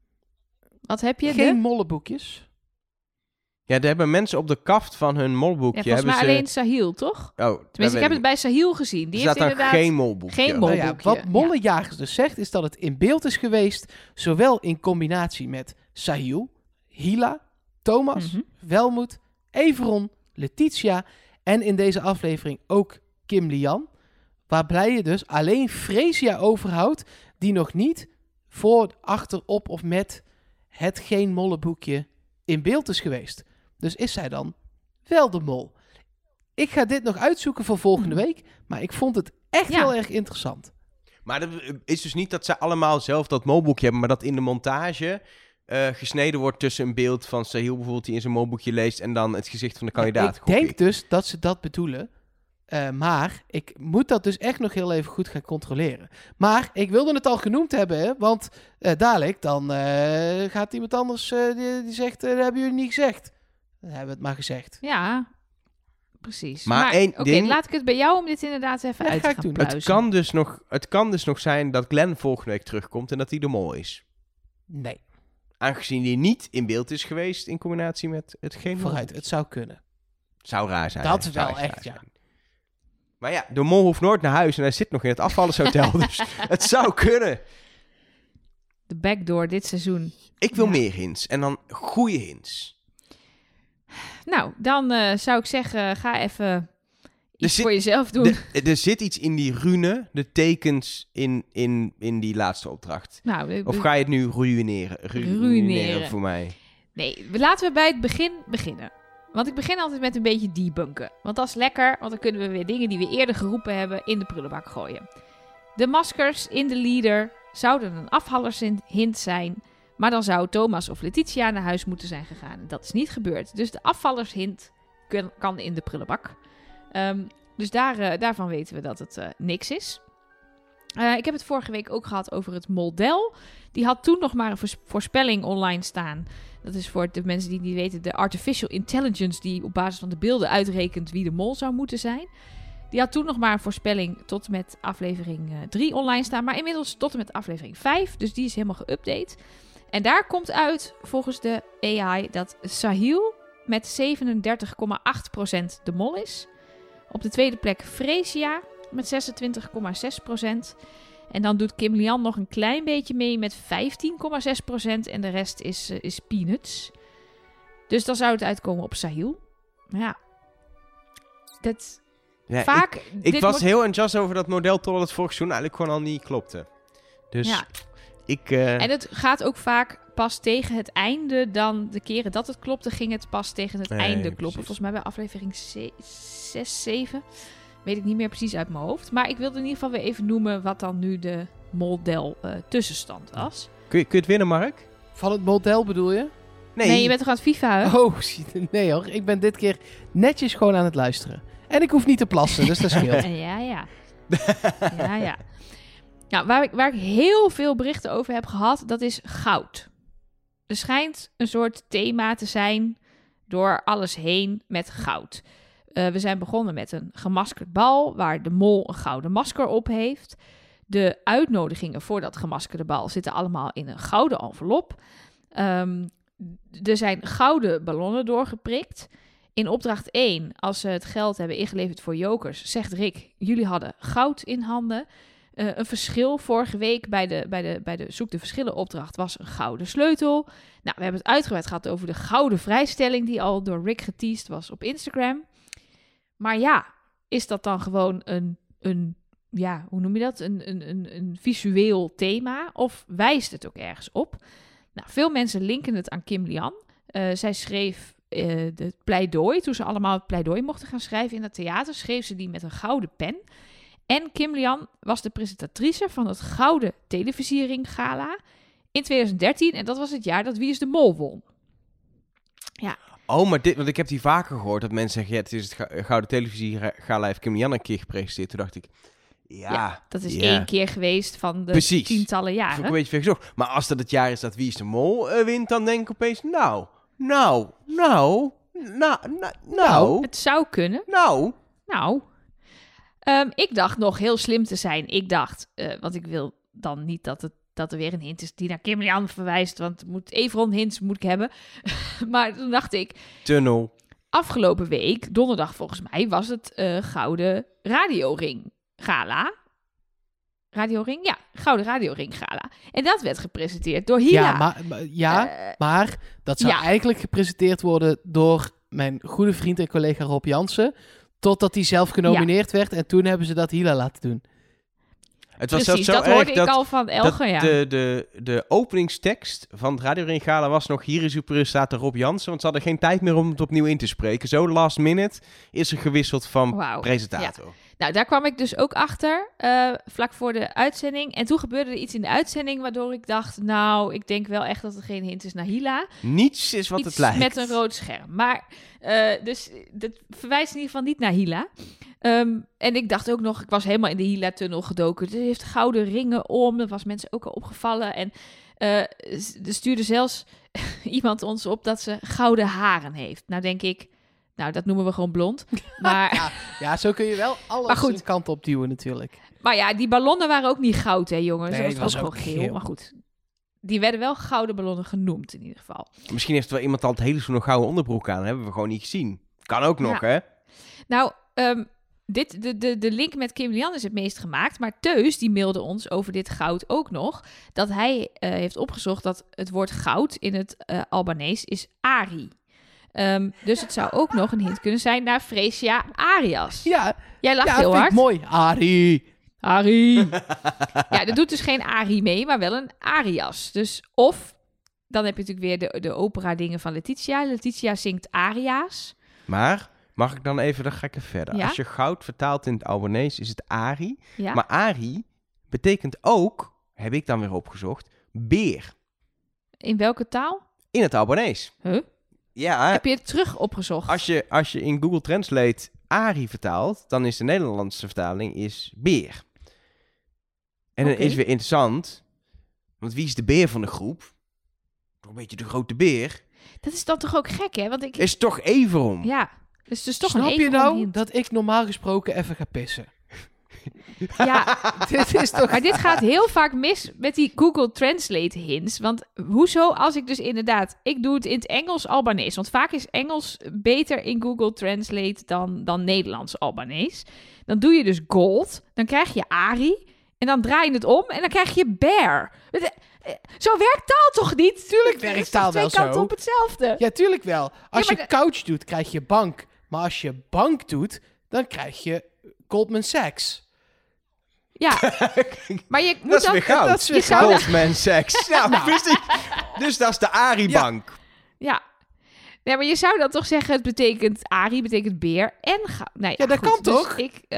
Wat heb je? Geen molleboekjes. Ja, daar hebben mensen op de kaft van hun molboekje. Ja, volgens mij hebben alleen Sahil, toch? ze... Oh, Tenminste, ik heb het bij Sahil gezien. Die Er heeft staat dan inderdaad... geen molboekje. geen Nou ja, molboekje. wat Mollejagers dus zegt, is dat het in beeld is geweest, zowel in combinatie met Sahil, Hila, Thomas, Mhm. Welmoed, Everon, Letitia en in deze aflevering ook Kim Lian. Waarbij je dus alleen Freesia overhoudt, die nog niet voor, achter, op of met het geen molleboekje in beeld is geweest. Dus is zij dan wel de mol? Ik ga dit nog uitzoeken voor volgende week, maar ik vond het echt Ja. heel erg interessant. Maar het is dus niet dat ze allemaal zelf dat molboekje hebben, maar dat in de montage gesneden wordt tussen een beeld van Sahil bijvoorbeeld die in zijn molboekje leest en dan het gezicht van de kandidaat. Ik denk dus dat ze dat bedoelen. Maar ik moet dat dus echt nog heel even goed gaan controleren. Maar ik wilde het al genoemd hebben, hè, want dadelijk dan gaat iemand anders die zegt, dat hebben jullie niet gezegd. Dan hebben we het maar gezegd. Ja, precies. Maar één oké, ding- laat ik het bij jou om dit inderdaad even Ja, uit ga te ik gaan doen. pluizen. Het kan dus nog zijn dat Glenn volgende week terugkomt en dat hij de mol is. Nee, Aangezien die niet in beeld is geweest in combinatie met het geen mol. vooruit, het zou kunnen. Zou raar zijn. Dat hè? is wel Zou echt, raar ja. zijn. Maar ja, de mol hoeft nooit naar huis en hij zit nog in het afvallershotel. Dus het zou kunnen. De backdoor dit seizoen. Ik wil Ja. meer hints. En dan goede hints. Nou, dan zou ik zeggen, ga even iets zit- voor jezelf doen. Er zit iets in die rune, de tekens in die laatste opdracht. Nou, Of ga je het nu ruïneren? Ruïneren. Voor mij. nee, laten we bij het begin beginnen. Want ik begin altijd met een beetje debunken. Want dat is lekker, want dan kunnen we weer dingen die we eerder geroepen hebben in de prullenbak gooien. De maskers in de leader zouden een afvallershint zijn, maar dan zou Thomas of Letitia naar huis moeten zijn gegaan. Dat is niet gebeurd. Dus de afvallershint kan in de prullenbak. Dus daarvan weten we dat het niks is. Ik heb het vorige week ook gehad over het model. Die had toen nog maar een voorspelling online staan. Dat is voor de mensen die niet weten de artificial intelligence die op basis van de beelden uitrekent wie de mol zou moeten zijn. Die had toen nog maar een voorspelling tot en met aflevering 3 online staan. Maar inmiddels tot en met aflevering 5. Dus die is helemaal geüpdate. En daar komt uit volgens de AI dat Sahil met 37,8% de mol is. Op de tweede plek Freesia met 26,6%. En dan doet Kim Lian nog een klein beetje mee met 15,6%. En de rest is peanuts. Dus dan zou het uitkomen op Sahil. Maar ja, dat Ja, vaak... ik dit was wordt- heel enthousiast over dat model totdat het vorig seizoen eigenlijk gewoon al niet klopte. Dus Ja. ik... En het gaat ook vaak pas tegen het einde dan de keren dat het klopte, ging het pas tegen het Nee, einde precies. kloppen. Volgens mij bij aflevering 6, 7. Weet ik niet meer precies uit mijn hoofd. Maar ik wilde in ieder geval weer even noemen wat dan nu de model tussenstand was. kun je het winnen, Mark? Van het model bedoel je? Nee, je bent toch aan het FIFA, hè? Oh, nee hoor. Ik ben dit keer netjes gewoon aan het luisteren. En ik hoef niet te plassen, dus dat scheelt. Ja, ja. Ja. Nou, waar ik heel veel berichten over heb gehad, dat is goud. Er schijnt een soort thema te zijn door alles heen met goud. We zijn begonnen met een gemaskerd bal waar de mol een gouden masker op heeft. De uitnodigingen voor dat gemaskerde bal zitten allemaal in een gouden envelop. Er zijn gouden ballonnen doorgeprikt. In opdracht 1, als ze het geld hebben ingeleverd voor jokers, zegt Rick, jullie hadden goud in handen. Een verschil vorige week bij de Zoek de Verschillen opdracht was een gouden sleutel. Nou, we hebben het uitgebreid gehad over de gouden vrijstelling die al door Rick geteased was op Instagram. Maar ja, is dat dan gewoon een hoe noem je dat? Een visueel thema? Of wijst het ook ergens op? Nou, veel mensen linken het aan Kim Lian. Zij schreef het pleidooi. Toen ze allemaal het pleidooi mochten gaan schrijven in het theater, schreef ze die met een gouden pen. En Kim Lian was de presentatrice van het Gouden Televisiering Gala in 2013. En dat was het jaar dat Wie is de Mol won. Ja. Oh, maar want ik heb die vaker gehoord dat mensen zeggen, ja, het is het Gouden Televisiering-gala, heeft Kim Lian een keer gepresenteerd. Toen dacht ik, dat is 1 keer geweest van de tientallen jaren. Dat is ook een beetje vergezocht. Maar als dat het jaar is dat Wie is de Mol wint, dan denk ik opeens, nou. Het zou kunnen. Nou. Ik dacht nog heel slim te zijn. Ik dacht, want ik wil dan niet dat er weer een hint is die naar Kim Lian verwijst, want Everon hints moet ik hebben. Maar toen dacht ik, Tunnel. Afgelopen week, donderdag volgens mij, was het Gouden Radioring Gala. Radioring? Ja, Gouden Radioring Gala. En dat werd gepresenteerd door Hila. Maar dat zou eigenlijk gepresenteerd worden door mijn goede vriend en collega Rob Jansen, totdat hij zelf genomineerd werd. En toen hebben ze dat Hila laten doen. Het was precies, zo dat erg hoorde ik al van Elge, ja. De openingstekst van het Radio Ring Gala was nog, hier is uw presentator Rob Jansen, want ze hadden geen tijd meer om het opnieuw in te spreken. Zo last minute is er gewisseld van presentator. Ja. Nou, daar kwam ik dus ook achter, vlak voor de uitzending. En toen gebeurde er iets in de uitzending waardoor ik dacht, nou, ik denk wel echt dat er geen hint is naar Hila. Niets is wat het lijkt. Met een rood scherm. Maar, dus dat verwijst in ieder geval niet naar Hila. En ik dacht ook nog, ik was helemaal in de Hila-tunnel gedoken. Ze heeft gouden ringen om, dat was mensen ook al opgevallen. En er stuurde zelfs iemand ons op dat ze gouden haren heeft. Nou denk ik, dat noemen we gewoon blond. Maar ja, zo kun je wel alles een kant op duwen natuurlijk. Maar ja, die ballonnen waren ook niet goud, hè jongens. Nee, dat was ook gewoon geel. Maar goed, die werden wel gouden ballonnen genoemd in ieder geval. Misschien heeft er wel iemand al het hele seizoen nog gouden onderbroek aan. Dat hebben we gewoon niet gezien. Kan ook nog, hè? Nou, de link met Kim Lian is het meest gemaakt. Maar Teus, die mailde ons over dit goud ook nog, dat hij heeft opgezocht dat het woord goud in het Albanees is Ari. Dus het zou ook nog een hint kunnen zijn naar Freesia Arias. Ja, jij lacht heel hard. Mooi, Ari. Ja, er doet dus geen Ari mee, maar wel een Arias. Dus of, dan heb je natuurlijk weer de opera dingen van Letitia. Letitia zingt aria's. Maar, mag ik dan even, dan ga ik even verder. Ja? Als je goud vertaalt in het Albanees is het Ari. Ja. Maar Ari betekent ook, heb ik dan weer opgezocht, beer. In welke taal? In het Albanees. Huh? Ja. Heb je het terug opgezocht? Als je in Google Translate Ari vertaalt, dan is de Nederlandse vertaling is beer. En dan is weer interessant, want wie is de beer van de groep? Toch een beetje de grote beer. Dat is dan toch ook gek, hè? Want Is toch Everon? Ja, dus toch Snap een je nou hint. dat ik normaal gesproken even ga pissen? Ja, Dit is toch... maar dit gaat heel vaak mis met die Google Translate hints. Want hoezo als ik dus inderdaad... Ik doe het in het Engels Albanees. Want vaak is Engels beter in Google Translate dan Nederlands Albanees. Dan doe je dus gold. Dan krijg je Ari. En dan draai je het om. En dan krijg je bear. Zo werkt taal toch niet? Tuurlijk werkt taal wel zo. Twee kanten op hetzelfde. Ja, tuurlijk wel. Als Ja, je couch doet, krijg je bank. Maar als je bank doet, dan krijg je Goldman Sachs. Ja, maar je moet Dat is dan... weer goud. Dat is weer zou- Goldman Sachs. Ja, precies. Dus dat is de Ari-bank. Ja. Nee, maar je zou dan toch zeggen, het betekent Ari, betekent beer en goud. Nou Ja, dat goed, kan dus toch?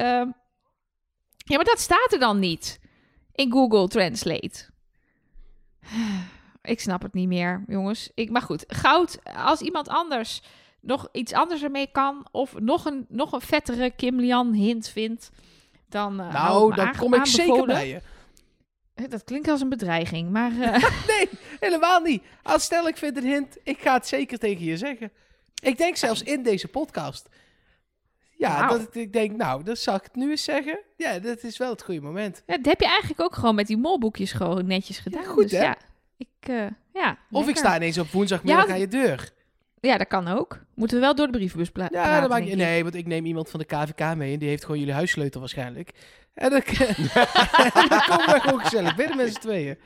Ja, maar dat staat er dan niet in Google Translate. Ik snap het niet meer, jongens. Maar goed, goud, als iemand anders nog iets anders ermee kan, of nog een vettere Kim Lian hint vindt, dan dan kom ik zeker bij je. Dat klinkt als een bedreiging, maar... Nee, helemaal niet. Stel ik vind een hint, ik ga het zeker tegen je zeggen. Ik denk zelfs in deze podcast. Ja, Wauw. dat ik denk, dat zal ik het nu eens zeggen. Ja, dat is wel het goede moment. Ja, dat heb je eigenlijk ook gewoon met die molboekjes gewoon netjes gedaan. Ja, goed, dus hè? Ja, Of lekker. ik sta ineens op woensdagmiddag aan je deur. Ja, dat kan ook. Moeten we wel door de brievenbus praten, Dat maakt denk ik. nee, want ik neem iemand van de KVK mee en die heeft gewoon jullie huissleutel waarschijnlijk. En dan, dan komen we gewoon gezellig binnen met z'n tweeën.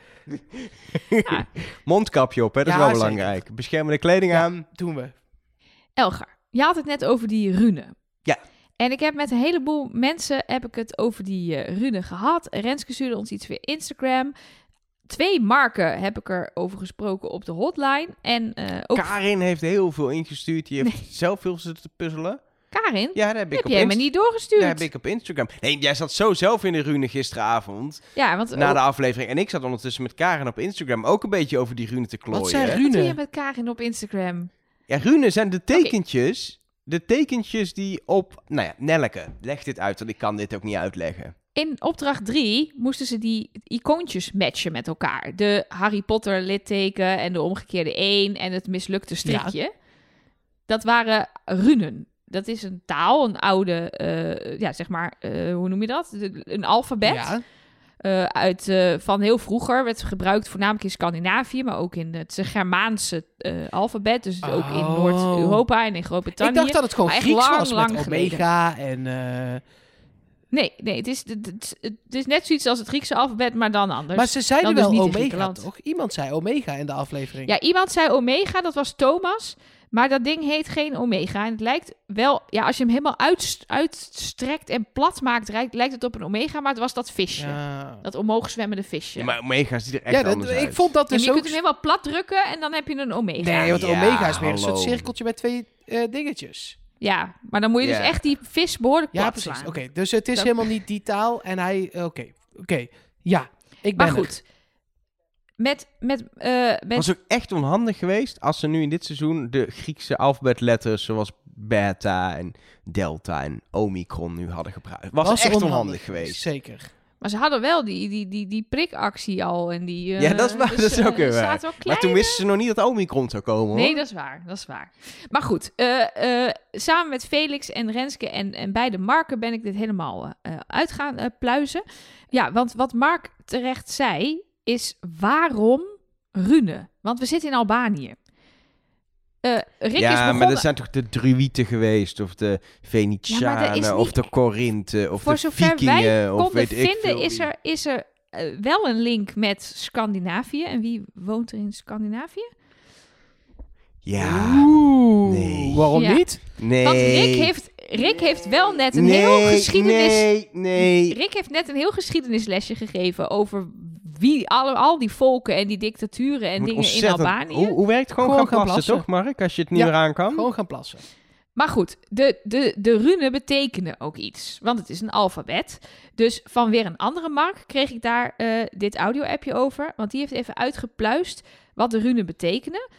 Mondkapje op, hè? Dat is Ja, wel zeker. belangrijk. Beschermende kleding aan. Doen we. Elgar, je had het net over die runen. Ja. En ik heb met een heleboel mensen het over die runen gehad. Renske stuurde ons iets via Instagram. 2 Marken heb ik er over gesproken op de hotline. En ook Karin heeft heel veel ingestuurd. Die heeft zelf veel zitten te puzzelen. Karin. Ja, daar heb ik Heb op jij me niet doorgestuurd? Daar heb ik op Instagram. Nee, jij zat zo zelf in de rune gisteravond. Ja, want Na de aflevering. En ik zat ondertussen met Karin op Instagram ook een beetje over die rune te klooien. Wat zijn hè? wat doe je runen? met Karin op Instagram? Ja, runen zijn de tekentjes. De tekentjes die op... Nou ja, Nelleke, leg dit uit, want ik kan dit ook niet uitleggen. In opdracht 3 moesten ze die icoontjes matchen met elkaar. De Harry Potter litteken en de omgekeerde 1 en het mislukte strikje. Dat waren runen. Dat is een taal, een oude, hoe noem je dat? Een alfabet. Ja. Van heel vroeger, werd gebruikt voornamelijk in Scandinavië, maar ook in het Germaanse alfabet. Dus ook in Oh. Noord-Europa en in Groot-Brittannië. Ik dacht dat het gewoon Maar echt Grieks lang, was lang met geleden. omega en... Nee, het is net zoiets als het Griekse alfabet, maar dan anders. maar ze zeiden dan dus wel niet in omega, Griekenland. toch? Iemand zei omega in de aflevering. Ja, iemand zei omega, dat was Thomas. Maar dat ding heet geen omega. En het lijkt wel... Ja, als je hem helemaal uitstrekt en plat maakt, lijkt het op een omega. Maar het was dat visje. Ja. Dat omhoog zwemmende visje. Ja, maar Omega ziet er echt anders uit. ik vond dat Ja, dus maar je ook... kunt hem helemaal plat drukken en dan heb je een omega. Nee, want Ja, omega is meer een soort hallo. cirkeltje met 2 dingetjes. Ja, maar dan moet je dus Ja. echt die vis behoorlijk Ja, plat precies. slaan. Oké, dus het is Dat- helemaal niet die taal en hij... Oké. Ja, ik ben Maar goed. Met was ook echt onhandig geweest als ze nu in dit seizoen de Griekse alfabetletters zoals beta en delta en omicron nu hadden gebruikt. Was echt onhandig geweest. Zeker. Maar ze hadden wel die prikactie al. En die, Ja, dat is waar. Dat is ook weer waar. staat wel Maar klein, toen wisten ze nog niet dat omicron zou komen, hoor. Nee, dat is waar. Maar goed, samen met Felix en Renske en beide Marken ben ik dit helemaal uit gaan pluizen. Ja, want wat Mark terecht zei, is waarom runen? Want we zitten in Albanië. Rick is ja, begonnen... maar dat zijn toch de Druïten geweest, of de Ja, maar Venetianen, dat is of niet- de Korinthen, of Voor de zover wij Vikingen, of konden weet ik vinden, veel. is er wel een link met Scandinavië. En wie woont er in Scandinavië? Ja, Oeh, nee. waarom Ja. niet? nee. Want Rick heeft wel net een heel geschiedenis... Nee. Rick heeft net een heel geschiedenislesje gegeven over wie al die volken en die dictaturen en Moet dingen in ontzettend- Albanië. Hoe werkt het? Gewoon gaan plassen, toch, Mark? Als je het niet Ja, meer aan kan. Gewoon gaan plassen. Maar goed, de runen betekenen ook iets, want het is een alfabet. Dus van weer een andere Mark kreeg ik daar dit audio-appje over, want die heeft even uitgepluist wat de runen betekenen.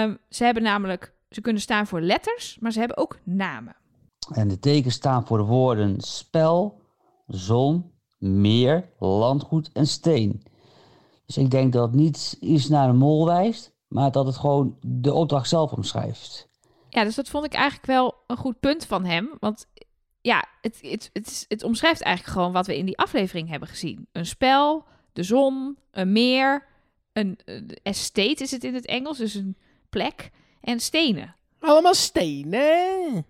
Ze kunnen staan voor letters, maar ze hebben ook namen. En de tekens staan voor de woorden spel, zon, meer, landgoed en steen. Dus ik denk dat het niet iets naar een mol wijst, maar dat het gewoon de opdracht zelf omschrijft. Ja, dus dat vond ik eigenlijk wel een goed punt van hem. Want ja, het omschrijft eigenlijk gewoon wat we in die aflevering hebben gezien. Een spel, de zon, een meer, een estate is het in het Engels, dus een plek, en stenen. Allemaal stenen.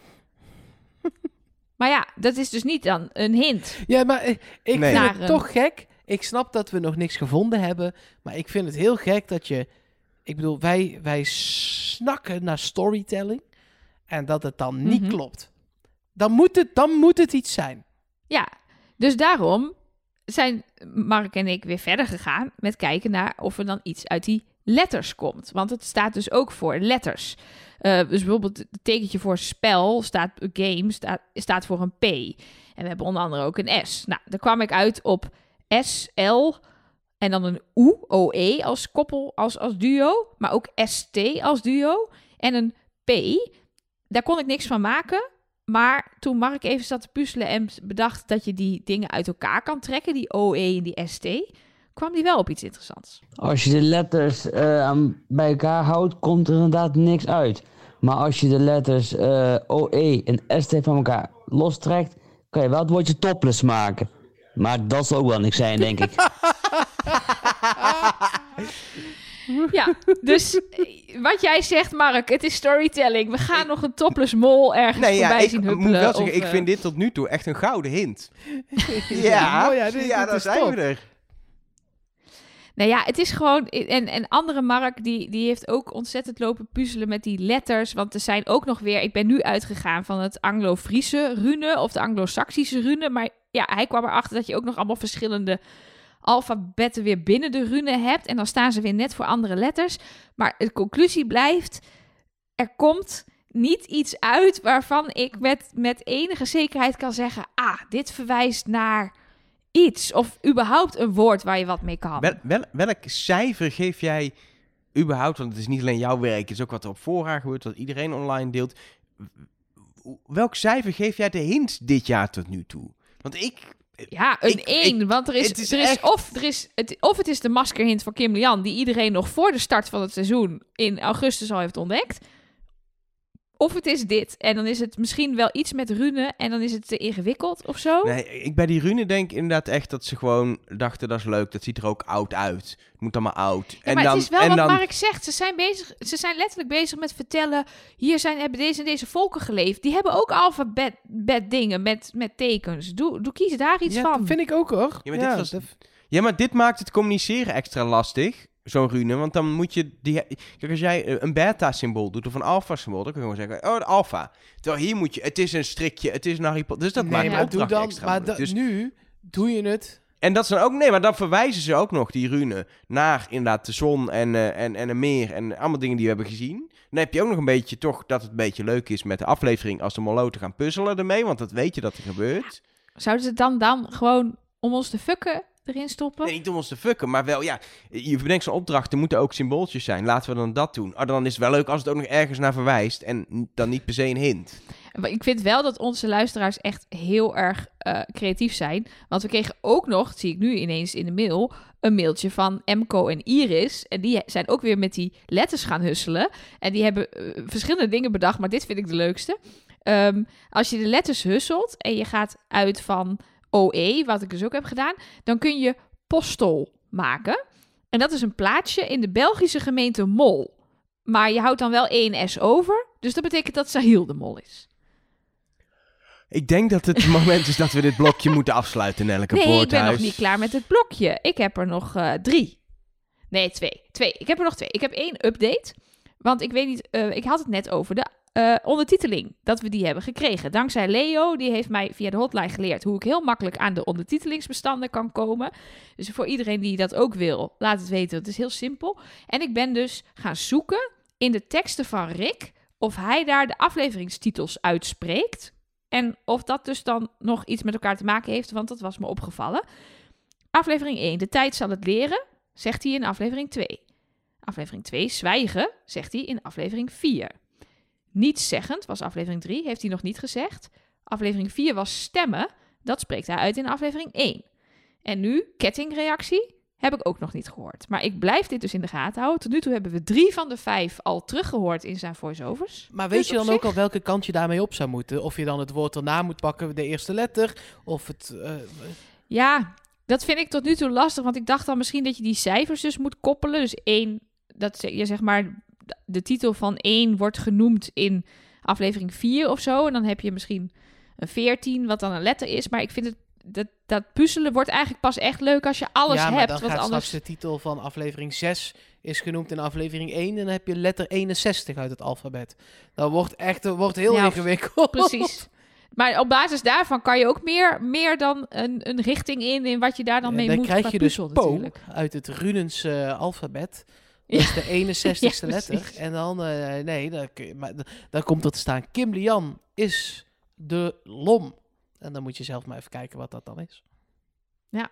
Maar ja, dat is dus niet dan een hint. Ja, maar ik Nee. vind Naar het toch gek. Ik snap dat we nog niks gevonden hebben. Maar ik vind het heel gek dat je... Ik bedoel, wij snakken naar storytelling. En dat het dan niet Mhm. klopt. Dan moet het iets zijn. Ja, dus daarom zijn Mark en ik weer verder gegaan met kijken naar of er dan iets uit die letters komt. Want het staat dus ook voor letters. Dus bijvoorbeeld het tekentje voor spel, staat voor een P. En we hebben onder andere ook een S. Nou, daar kwam ik uit op SL en dan een OE als koppel, als duo. Maar ook ST als duo. En een P, daar kon ik niks van maken. Maar toen Mark even zat te puzzelen en bedacht dat je die dingen uit elkaar kan trekken, die OE en die ST, kwam die wel op iets interessants. Als je de letters bij elkaar houdt, komt er inderdaad niks uit. Maar als je de letters OE en ST van elkaar lostrekt, kan je wel het woordje topless maken. Maar dat zal ook wel niks zijn, denk ik. Ja, dus wat jij zegt, Mark, het is storytelling. We gaan nog een topless mol ergens voorbij zien huppelen. Ik moet wel zeggen, ik vind dit tot nu toe echt een gouden hint. Daar zijn we er. Nou ja, het is gewoon... En andere Mark, die heeft ook ontzettend lopen puzzelen met die letters. Want er zijn ook nog weer... Ik ben nu uitgegaan van het Anglo-Friese rune of de Anglo-Saxische rune. Maar ja, hij kwam erachter dat je ook nog allemaal verschillende alfabetten weer binnen de rune hebt. En dan staan ze weer net voor andere letters. Maar de conclusie blijft... Er komt niet iets uit waarvan ik met enige zekerheid kan zeggen... dit verwijst naar iets. Of überhaupt een woord waar je wat mee kan. Welk cijfer geef jij überhaupt... Want het is niet alleen jouw werk, het is ook wat er op voorraad gebeurt... wat iedereen online deelt. Welk cijfer geef jij de hints dit jaar tot nu toe? Want Ja, een 1. Want het is de maskerhint van Kim Lian... die iedereen nog voor de start van het seizoen in augustus al heeft ontdekt. Of het is dit. En dan is het misschien wel iets met runen... en dan is het te ingewikkeld of zo. Nee, ik bij die runen denk inderdaad echt dat ze gewoon dachten... dat is leuk, dat ziet er ook oud uit. Het moet allemaal oud. Ja, maar het is wel wat Mark zegt. Ze zijn letterlijk bezig met vertellen... hebben deze en deze volken geleefd. Die hebben ook alfabet dingen met tekens. Kies daar iets van. Dat vind ik ook, hoor. Ja, maar dit maakt het communiceren extra lastig... Zo'n rune, want dan moet je... Kijk, als jij een beta-symbool doet of een alpha-symbool... dan kun je gewoon zeggen, de alpha. Terwijl hier moet je... Het is een strikje, het is een Harry Potter. Dus dat maakt de opdracht extra moeilijk. Dus nu doe je het... En dat is dan ook... Nee, maar dan verwijzen ze ook nog, die rune... naar inderdaad de zon en een meer... en allemaal dingen die we hebben gezien. Dan heb je ook nog een beetje toch... dat het een beetje leuk is met de aflevering... als de moloten gaan puzzelen ermee... want dat weet je dat er gebeurt. Zouden ze het dan gewoon om ons te fucken... erin stoppen? Nee, niet om ons te fucken, maar wel, ja, je bedenkt zo'n opdracht, er moeten ook symbooltjes zijn. Laten we dan dat doen. Dan is het wel leuk als het ook nog ergens naar verwijst en dan niet per se een hint. Maar ik vind wel dat onze luisteraars echt heel erg creatief zijn. Want we kregen ook nog, dat zie ik nu ineens in de mail, een mailtje van Emco en Iris. En die zijn ook weer met die letters gaan husselen. En die hebben verschillende dingen bedacht, maar dit vind ik de leukste. Als je de letters husselt en je gaat uit van OE, wat ik dus ook heb gedaan, dan kun je postel maken. En dat is een plaatsje in de Belgische gemeente Mol. Maar je houdt dan wel 1 S over. Dus dat betekent dat Sahil de Mol is. Ik denk dat het moment is dat we dit blokje moeten afsluiten, Nelleke Poorthuis. Nee, ik ben nog niet klaar met het blokje. Ik heb er nog 3. Nee, 2. Ik heb er nog 2. Ik heb 1 update. Want ik weet niet, ik had het net over de ondertiteling, dat we die hebben gekregen. Dankzij Leo, die heeft mij via de hotline geleerd hoe ik heel makkelijk aan de ondertitelingsbestanden kan komen. Dus voor iedereen die dat ook wil, laat het weten. Het is heel simpel. En ik ben dus gaan zoeken in de teksten van Rick of hij daar de afleveringstitels uitspreekt. En of dat dus dan nog iets met elkaar te maken heeft, want dat was me opgevallen. Aflevering 1, de tijd zal het leren, zegt hij in aflevering 2. Aflevering 2, zwijgen, zegt hij in aflevering 4. Nietszeggend was aflevering 3, heeft hij nog niet gezegd. Aflevering 4 was stemmen, dat spreekt hij uit in aflevering 1. En nu, kettingreactie, heb ik ook nog niet gehoord. Maar ik blijf dit dus in de gaten houden. Tot nu toe hebben we 3 van de 5 al teruggehoord in zijn voice-overs. Maar weet Dus je dan op ook zich... al welke kant je daarmee op zou moeten? Of je dan het woord erna moet pakken, de eerste letter, of het... Ja, dat vind ik tot nu toe lastig, want ik dacht dan misschien dat je die cijfers dus moet koppelen. Dus 1, dat je zeg maar... De titel van 1 wordt genoemd in aflevering 4 of zo. En dan heb je misschien een 14, wat dan een letter is. Maar ik vind het, dat puzzelen wordt eigenlijk pas echt leuk als je alles hebt. Ja, maar dan want gaat anders... straks de titel van aflevering 6 is genoemd in aflevering 1. En dan heb je letter 61 uit het alfabet. Dat wordt heel ingewikkeld. Precies. Maar op basis daarvan kan je ook meer dan een richting in wat je daar dan mee moet. Dan krijg je dus Po natuurlijk. uit het Runense alfabet. Dat is de 61ste letter. En dan, dan komt er te staan, Kim Lian is de lom. En dan moet je zelf maar even kijken wat dat dan is. Ja.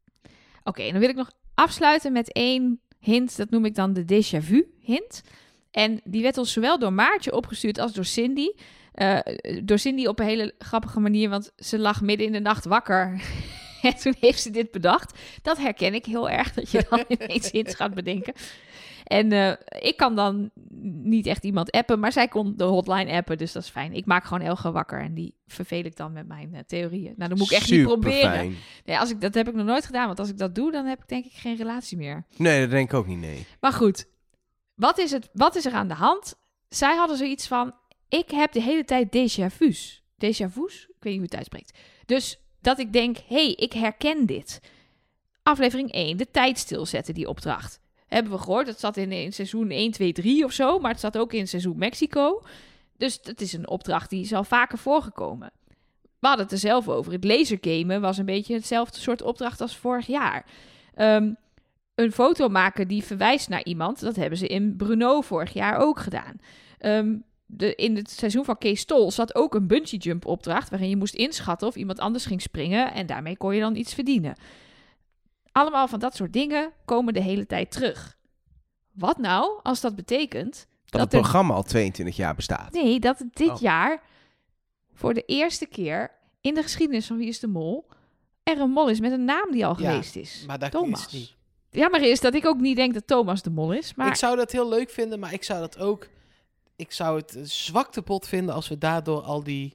Oké, dan wil ik nog afsluiten met 1 hint. Dat noem ik dan de déjà vu hint. En die werd ons zowel door Maartje opgestuurd als door Cindy. Door Cindy op een hele grappige manier, want ze lag midden in de nacht wakker. En toen heeft ze dit bedacht. Dat herken ik heel erg, dat je dan ineens iets gaat bedenken. En ik kan dan niet echt iemand appen, maar zij kon de hotline appen, dus dat is fijn. Ik maak gewoon Elge wakker en die vervel ik dan met mijn theorieën. Nou, dat moet ik echt niet proberen. Fijn. Nee, dat heb ik nog nooit gedaan, want als ik dat doe, dan heb ik denk ik geen relatie meer. Nee, dat denk ik ook niet, nee. Maar goed, wat is er aan de hand? Zij hadden zoiets van, ik heb de hele tijd déjà vu's. Déjà vu's? Ik weet niet hoe het uitspreekt. Dus dat ik denk, ik herken dit. Aflevering 1, de tijd stilzetten, die opdracht. Hebben we gehoord, het zat in seizoen 1, 2, 3 of zo, maar het zat ook in seizoen Mexico. Dus het is een opdracht die is al vaker voorgekomen. We hadden het er zelf over. Het lasergamen was een beetje hetzelfde soort opdracht als vorig jaar. Een foto maken die verwijst naar iemand, dat hebben ze in Bruno vorig jaar ook gedaan. In het seizoen van Kees Stol zat ook een bungee jump opdracht, waarin je moest inschatten of iemand anders ging springen en daarmee kon je dan iets verdienen. Allemaal van dat soort dingen komen de hele tijd terug. Wat nou als dat betekent Dat het programma al 22 jaar bestaat. Nee, dat het dit jaar voor de eerste keer in de geschiedenis van Wie is de Mol er een mol is met een naam die al geweest is. Maar dat Thomas. is niet. Jammer is dat ik ook niet denk dat Thomas de mol is. Maar Ik zou dat heel leuk vinden, maar ik zou het een zwaktepot vinden als we daardoor al die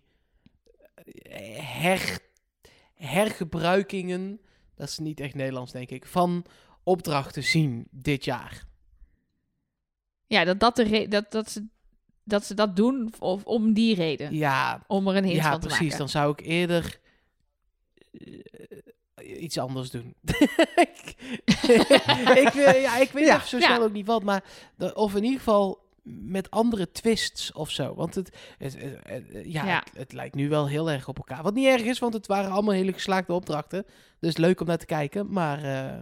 hergebruikingen, dat is niet echt Nederlands denk ik, van opdrachten zien dit jaar. ja, dat ze dat doen of om die reden. Ja, Om er een hint van te precies. maken. Dan zou ik eerder iets anders doen. ik weet even zo snel ook niet wat, maar of in ieder geval met andere twists of zo. Want het lijkt nu wel heel erg op elkaar. Wat niet erg is, want het waren allemaal hele geslaagde opdrachten. Dus leuk om naar te kijken. Maar,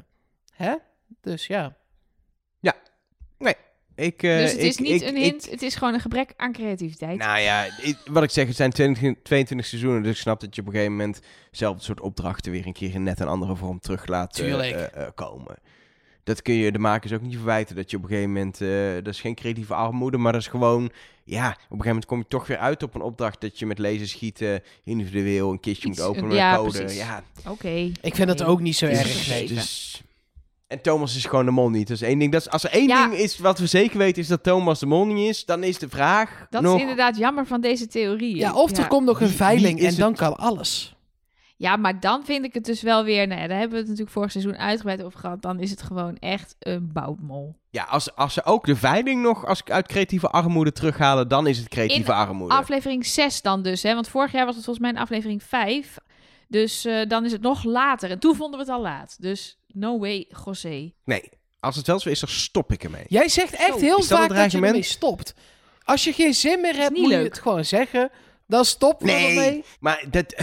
Dus ja. Ja. Nee. Dus het is niet een hint, het is gewoon een gebrek aan creativiteit. Nou ja, wat ik zeg, het zijn 22 seizoenen, dus ik snap dat je op een gegeven moment zelf het soort opdrachten weer een keer in net een andere vorm terug laat komen. Dat kun je de makers ook niet verwijten, dat je op een gegeven moment, dat is geen creatieve armoede, maar dat is gewoon, ja, op een gegeven moment kom je toch weer uit op een opdracht dat je met laser schieten individueel een kistje moet openen met code. Precies. Ja, Oké. Ik vind dat ook niet zo erg. gegeven. dus... En Thomas is gewoon de mol niet. Dat is één ding. Als er één ding is wat we zeker weten, is dat Thomas de mol niet is, dan is de vraag Dat nog... is inderdaad jammer van deze theorie. Ja, of er komt nog een veiling wie is en dan kan alles. Ja, maar dan vind ik het dus wel weer... Nou ja, daar hebben we het natuurlijk vorig seizoen uitgebreid over gehad. Dan is het gewoon echt een boutmol. Ja, als ze ook de veiling nog uit creatieve armoede terughalen, dan is het creatieve armoede. Aflevering 6 dan dus, hè? Want vorig jaar was het volgens mij in aflevering 5. Dus dan is het nog later. En toen vonden we het al laat. Dus no way, José. Nee, als het wel zo is, dan stop ik ermee. Jij zegt echt heel is dat vaak een dat je dreigement? ermee stopt. Als je geen zin meer hebt, niet moet je leuk. het gewoon zeggen. Dan stoppen we ermee. Maar dat...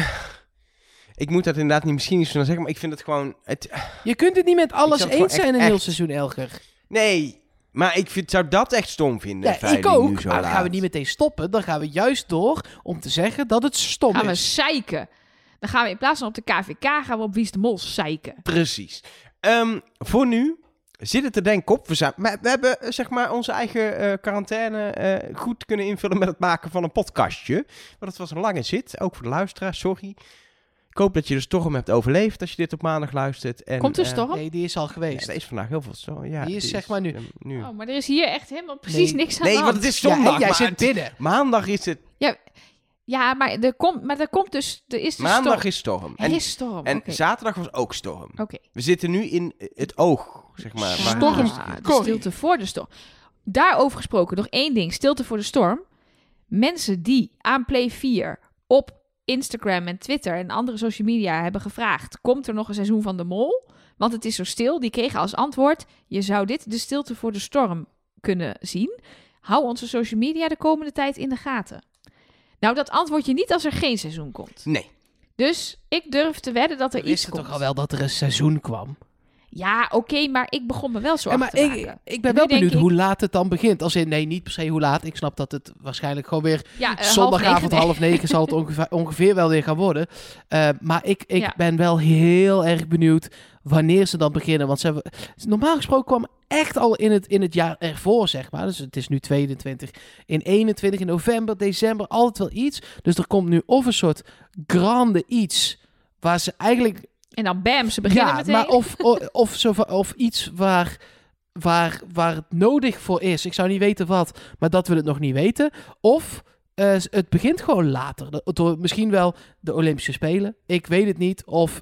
Ik moet dat inderdaad niet misschien niet zo zeggen, maar ik vind het gewoon... Je kunt het niet met alles zou het eens gewoon zijn een echt- heel seizoen, Elger. Nee, maar ik zou dat echt stom vinden. Ja, veiling ik ook. nu zo Maar dan gaan we laat. niet meteen stoppen. Dan gaan we juist door om te zeggen dat het stom Gaan we is. zeiken. Dan gaan we in plaats van op de KVK, gaan we op Wie is de Mol zeiken. Precies. Voor nu zit het er denk ik op. We hebben zeg maar onze eigen quarantaine goed kunnen invullen met het maken van een podcastje. Want het was een lange zit, ook voor de luisteraar, sorry. Ik hoop dat je de storm hebt overleefd als je dit op maandag luistert. En, Komt er storm? Nee, die is al Ja, geweest. er is vandaag heel veel storm. Ja, Die is zeg maar nu. nu. Oh, maar er is hier echt helemaal precies Nee. niks aan de Nee, hand. want het is Ja, zondag. en jij maar zit het- binnen. Maandag is het. Ja, maar er komt dus... Er is dus Maandag storm. is storm. Er is storm, En oké. zaterdag was ook storm. Oké. We zitten nu in het oog, zeg maar. waar het Storm. rustig is. De Corrie. stilte voor de storm. Daarover gesproken, nog één ding. Stilte voor de storm. Mensen die aan Play 4 op Instagram en Twitter en andere social media hebben gevraagd... komt er nog een seizoen van de Mol? Want het is zo stil. Die kregen als antwoord... je zou dit de stilte voor de storm kunnen zien. Hou onze social media de komende tijd in de gaten. Nou, dat antwoord je niet als er geen seizoen komt. Nee. Dus ik durf te wedden dat er We iets wisten komt. toch al wel dat er een seizoen kwam. Ja, oké, maar ik begon me wel zo maar af te maken. ik ben En wel nu denk benieuwd ik- hoe laat het dan begint. Als in, nee, niet per se hoe laat. Ik snap dat het waarschijnlijk gewoon weer zondagavond 8:30. 8:30 zal het ongeveer wel weer gaan worden. Maar ik Ja. ben wel heel erg benieuwd wanneer ze dan beginnen. Want normaal gesproken kwam echt al in het jaar ervoor, zeg maar. Dus het is nu 22. In 21, in november, december, altijd wel iets. Dus er komt nu of een soort grande iets waar ze eigenlijk... En dan bam, ze beginnen meteen. Maar of iets waar het nodig voor is. Ik zou niet weten wat, maar dat we het nog niet weten. Of het begint gewoon later. Door misschien wel de Olympische Spelen. Ik weet het niet. Of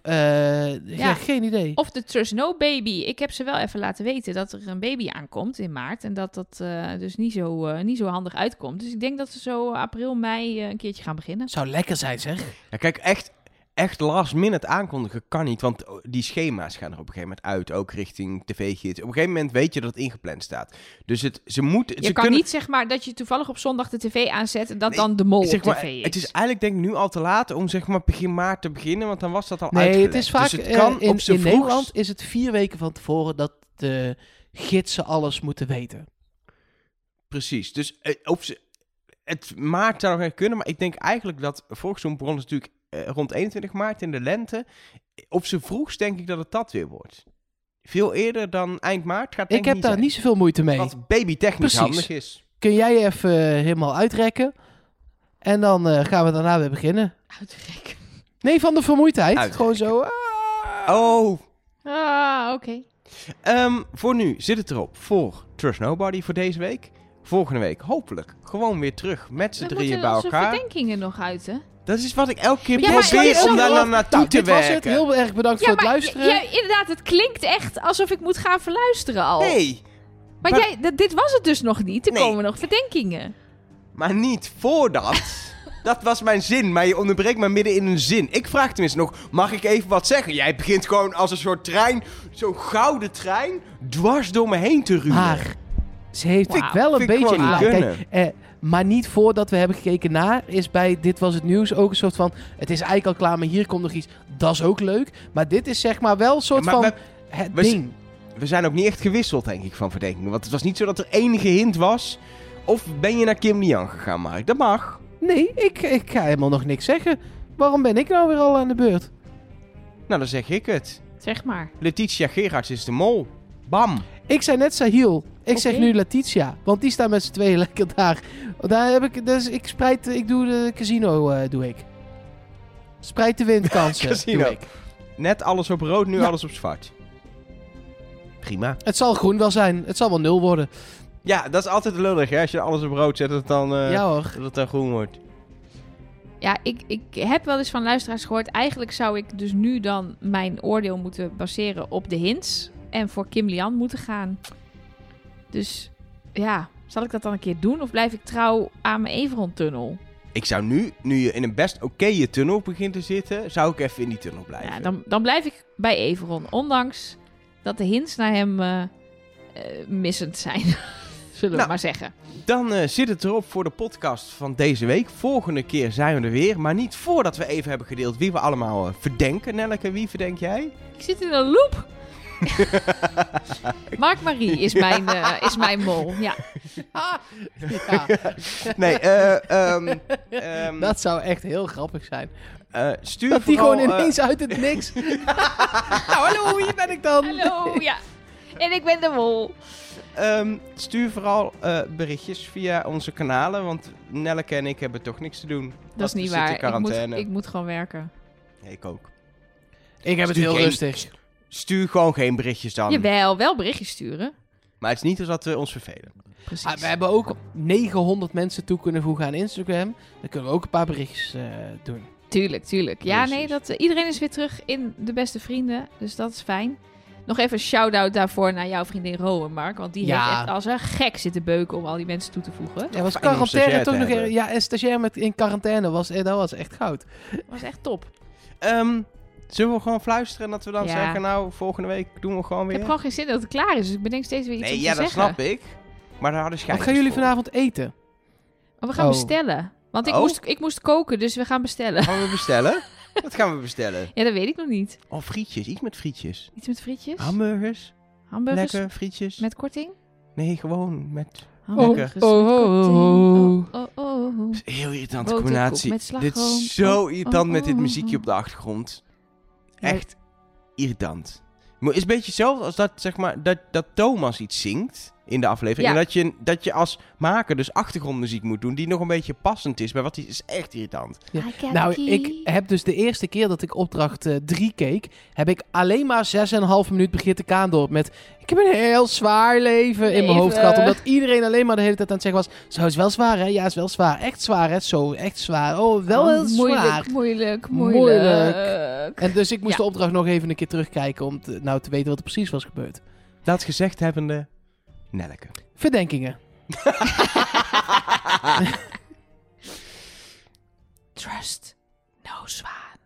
geen idee. Of de Trust No Baby. Ik heb ze wel even laten weten dat er een baby aankomt in maart. En dat dus niet zo handig uitkomt. Dus ik denk dat ze zo april, mei een keertje gaan beginnen. Zou lekker zijn, zeg. Ja, kijk, echt last minute aankondigen kan niet. Want die schema's gaan er op een gegeven moment uit. Ook richting tv-gids. Op een gegeven moment weet je dat het ingepland staat. Dus Je kan niet zeg maar dat je toevallig op zondag de tv aanzet en dat dan de mol zeg op maar, tv is. het is eigenlijk denk ik nu al te laat om zeg maar begin maart te beginnen. Want dan was dat al Nee, uitgelegd. het is vaak... Dus het kan in op z'n Nederland vroegst. is het 4 weken van tevoren dat de gidsen alles moeten weten. Precies. Dus het maart zou nog echt kunnen. Maar ik denk eigenlijk dat volgens zo'n bron is natuurlijk rond 21 maart in de lente. Op z'n vroegst denk ik dat het weer wordt. Veel eerder dan eind maart gaat het Ik heb daar niet zoveel moeite mee. Wat babytechnisch Precies. handig is. Kun jij even helemaal uitrekken? En dan gaan we daarna weer beginnen. Uitrekken. Nee, van de vermoeidheid. Uitrekken. Gewoon zo. Oh. Oké. Voor nu zit het erop voor Trust Nobody voor deze week. Volgende week hopelijk gewoon weer terug met z'n We drieën moeten bij onze elkaar. verdenkingen nog uit, hè? Dat is wat ik elke keer Ja, maar probeer het is om daar ook- dan naartoe Nou, te dit was het. werken. Heel erg bedankt voor het luisteren. Ja, inderdaad, het klinkt echt alsof ik moet gaan verluisteren al. Nee, Maar dit was het dus nog niet. Er Nee. komen nog verdenkingen. maar niet voordat. Dat was mijn zin, maar je onderbreekt me midden in een zin. Ik vraag tenminste nog, mag ik even wat zeggen? Jij begint gewoon als een soort trein, zo'n gouden trein, dwars door me heen te ruwen. Maar ze heeft Wauw. wel een Vind ik beetje gewoon niet gelijk. Kijk, maar niet voordat we hebben gekeken naar, is bij Dit Was Het Nieuws ook een soort van, het is eigenlijk al klaar, maar hier komt nog iets. Dat is ook leuk. Maar dit is zeg maar wel een soort Ja, maar van het we- ding. We zijn ook niet echt gewisseld, denk ik, van verdenkingen. Want het was niet zo dat er enige hint was. Of ben je naar Kim Lian gegaan, Mark? Dat mag. Nee, ik ga helemaal nog niks zeggen. Waarom ben ik nou weer al aan de beurt? Nou, dan zeg ik het. Zeg maar. Letitia Gerards is de mol. Bam. Ik zei net Sahil. Ik zeg Oké. nu Letitia. Want die staan met z'n tweeën lekker daar. Daar heb ik, dus ik doe de casino, doe ik. Spreid de windkansen, Casino. doe ik. Net alles op rood, nu Ja. alles op zwart. Prima. Het zal groen wel zijn. Het zal wel 0 worden. Ja, dat is altijd lullig, hè. Als je alles op rood zet, dat het dan, Ja hoor. dat het dan groen wordt. Ja, ik heb wel eens van luisteraars gehoord. Eigenlijk zou ik dus nu dan mijn oordeel moeten baseren op de hints. En voor Kim Lian moeten gaan. Dus ja, zal ik dat dan een keer doen? Of blijf ik trouw aan mijn Everon-tunnel? Ik zou nu je in een best oké tunnel begint te zitten, zou ik even in die tunnel blijven. Ja, dan blijf ik bij Everon. Ondanks dat de hints naar hem missend zijn. Zullen we Nou. maar zeggen. Dan zit het erop voor de podcast van deze week. Volgende keer zijn we er weer. Maar niet voordat we even hebben gedeeld wie we allemaal verdenken. Nelleke, wie verdenk jij? Ik zit in een loop. Mark Marie is mijn mol. Ja. Ja, Nee, dat zou echt heel grappig zijn. stuur Dat die vooral, gewoon ineens uit het niks... nou, hallo, hier ben ik dan. Hallo, ja. En ik ben de mol. stuur vooral berichtjes via onze kanalen. Want Nelleke en ik hebben toch niks te doen. Dat is niet we zitten waar. in quarantaine. Ik moet gewoon werken. Ja, ik ook. Ik heb het Stuur heel geen- rustig. Stuur gewoon geen berichtjes dan. Jawel, wel berichtjes sturen. Maar het is niet alsof we ons vervelen. Precies. Ah, we hebben ook 900 mensen toe kunnen voegen aan Instagram. Dan kunnen we ook een paar berichtjes doen. Tuurlijk. Ja, Precies. nee, iedereen is weer terug in de beste vrienden. Dus dat is fijn. Nog even een shout-out daarvoor naar jouw vriendin Rowan, Mark. Want die Ja. heeft echt als een gek zitten beuken om al die mensen toe te voegen. Ja, was Fijn om quarantaine stagiair toch te nog... hebben. Ja, een stagiair in quarantaine dat was echt goud. Dat was echt top. Zullen we gewoon fluisteren en dat we dan Ja. zeggen... Nou, volgende week doen we gewoon Ik weer? heb gewoon geen zin dat het klaar is. Dus ik bedenk steeds weer iets Nee, om ja, te dat zeggen. snap ik. Maar daar hadden Wat schijntjes gaan jullie voor. vanavond eten? Maar we gaan Oh. bestellen. Want Oh. ik moest koken, dus we gaan bestellen. Gaan we bestellen? Wat gaan we bestellen? Ja, dat weet ik nog niet. Oh, frietjes. Iets met frietjes. Iets met frietjes? Hamburgers. Hamburgers Lekker, frietjes. met korting? Nee, gewoon met... Hamburgers met oh, korting. Oh. Dat is een heel irritante Boterkoek combinatie. met slagroom. Dit is zo irritant met dit oh. muziekje op de achtergrond. Ja. Echt irritant. Maar het is een beetje hetzelfde als dat, zeg maar, dat Thomas iets zingt in de aflevering. Ja. En dat je als maker dus achtergrondmuziek moet doen die nog een beetje passend is bij wat is echt irritant. Ja. I got Nou, the key. ik heb dus de eerste keer dat ik opdracht 3 keek, heb ik alleen maar 6,5 minuut Brigitte Kaandorp met ik heb een heel zwaar leven in mijn hoofd gehad. Omdat iedereen alleen maar de hele tijd aan het zeggen was, zo is wel zwaar hè? Ja, is wel zwaar. Echt zwaar hè? Zo, echt zwaar. Oh, wel heel zwaar. Moeilijk. En dus ik moest Ja. de opdracht nog even een keer terugkijken om te weten wat er precies was gebeurd. Dat gezegd hebbende, Nelleke. Verdenkingen. Trust, no zwaan.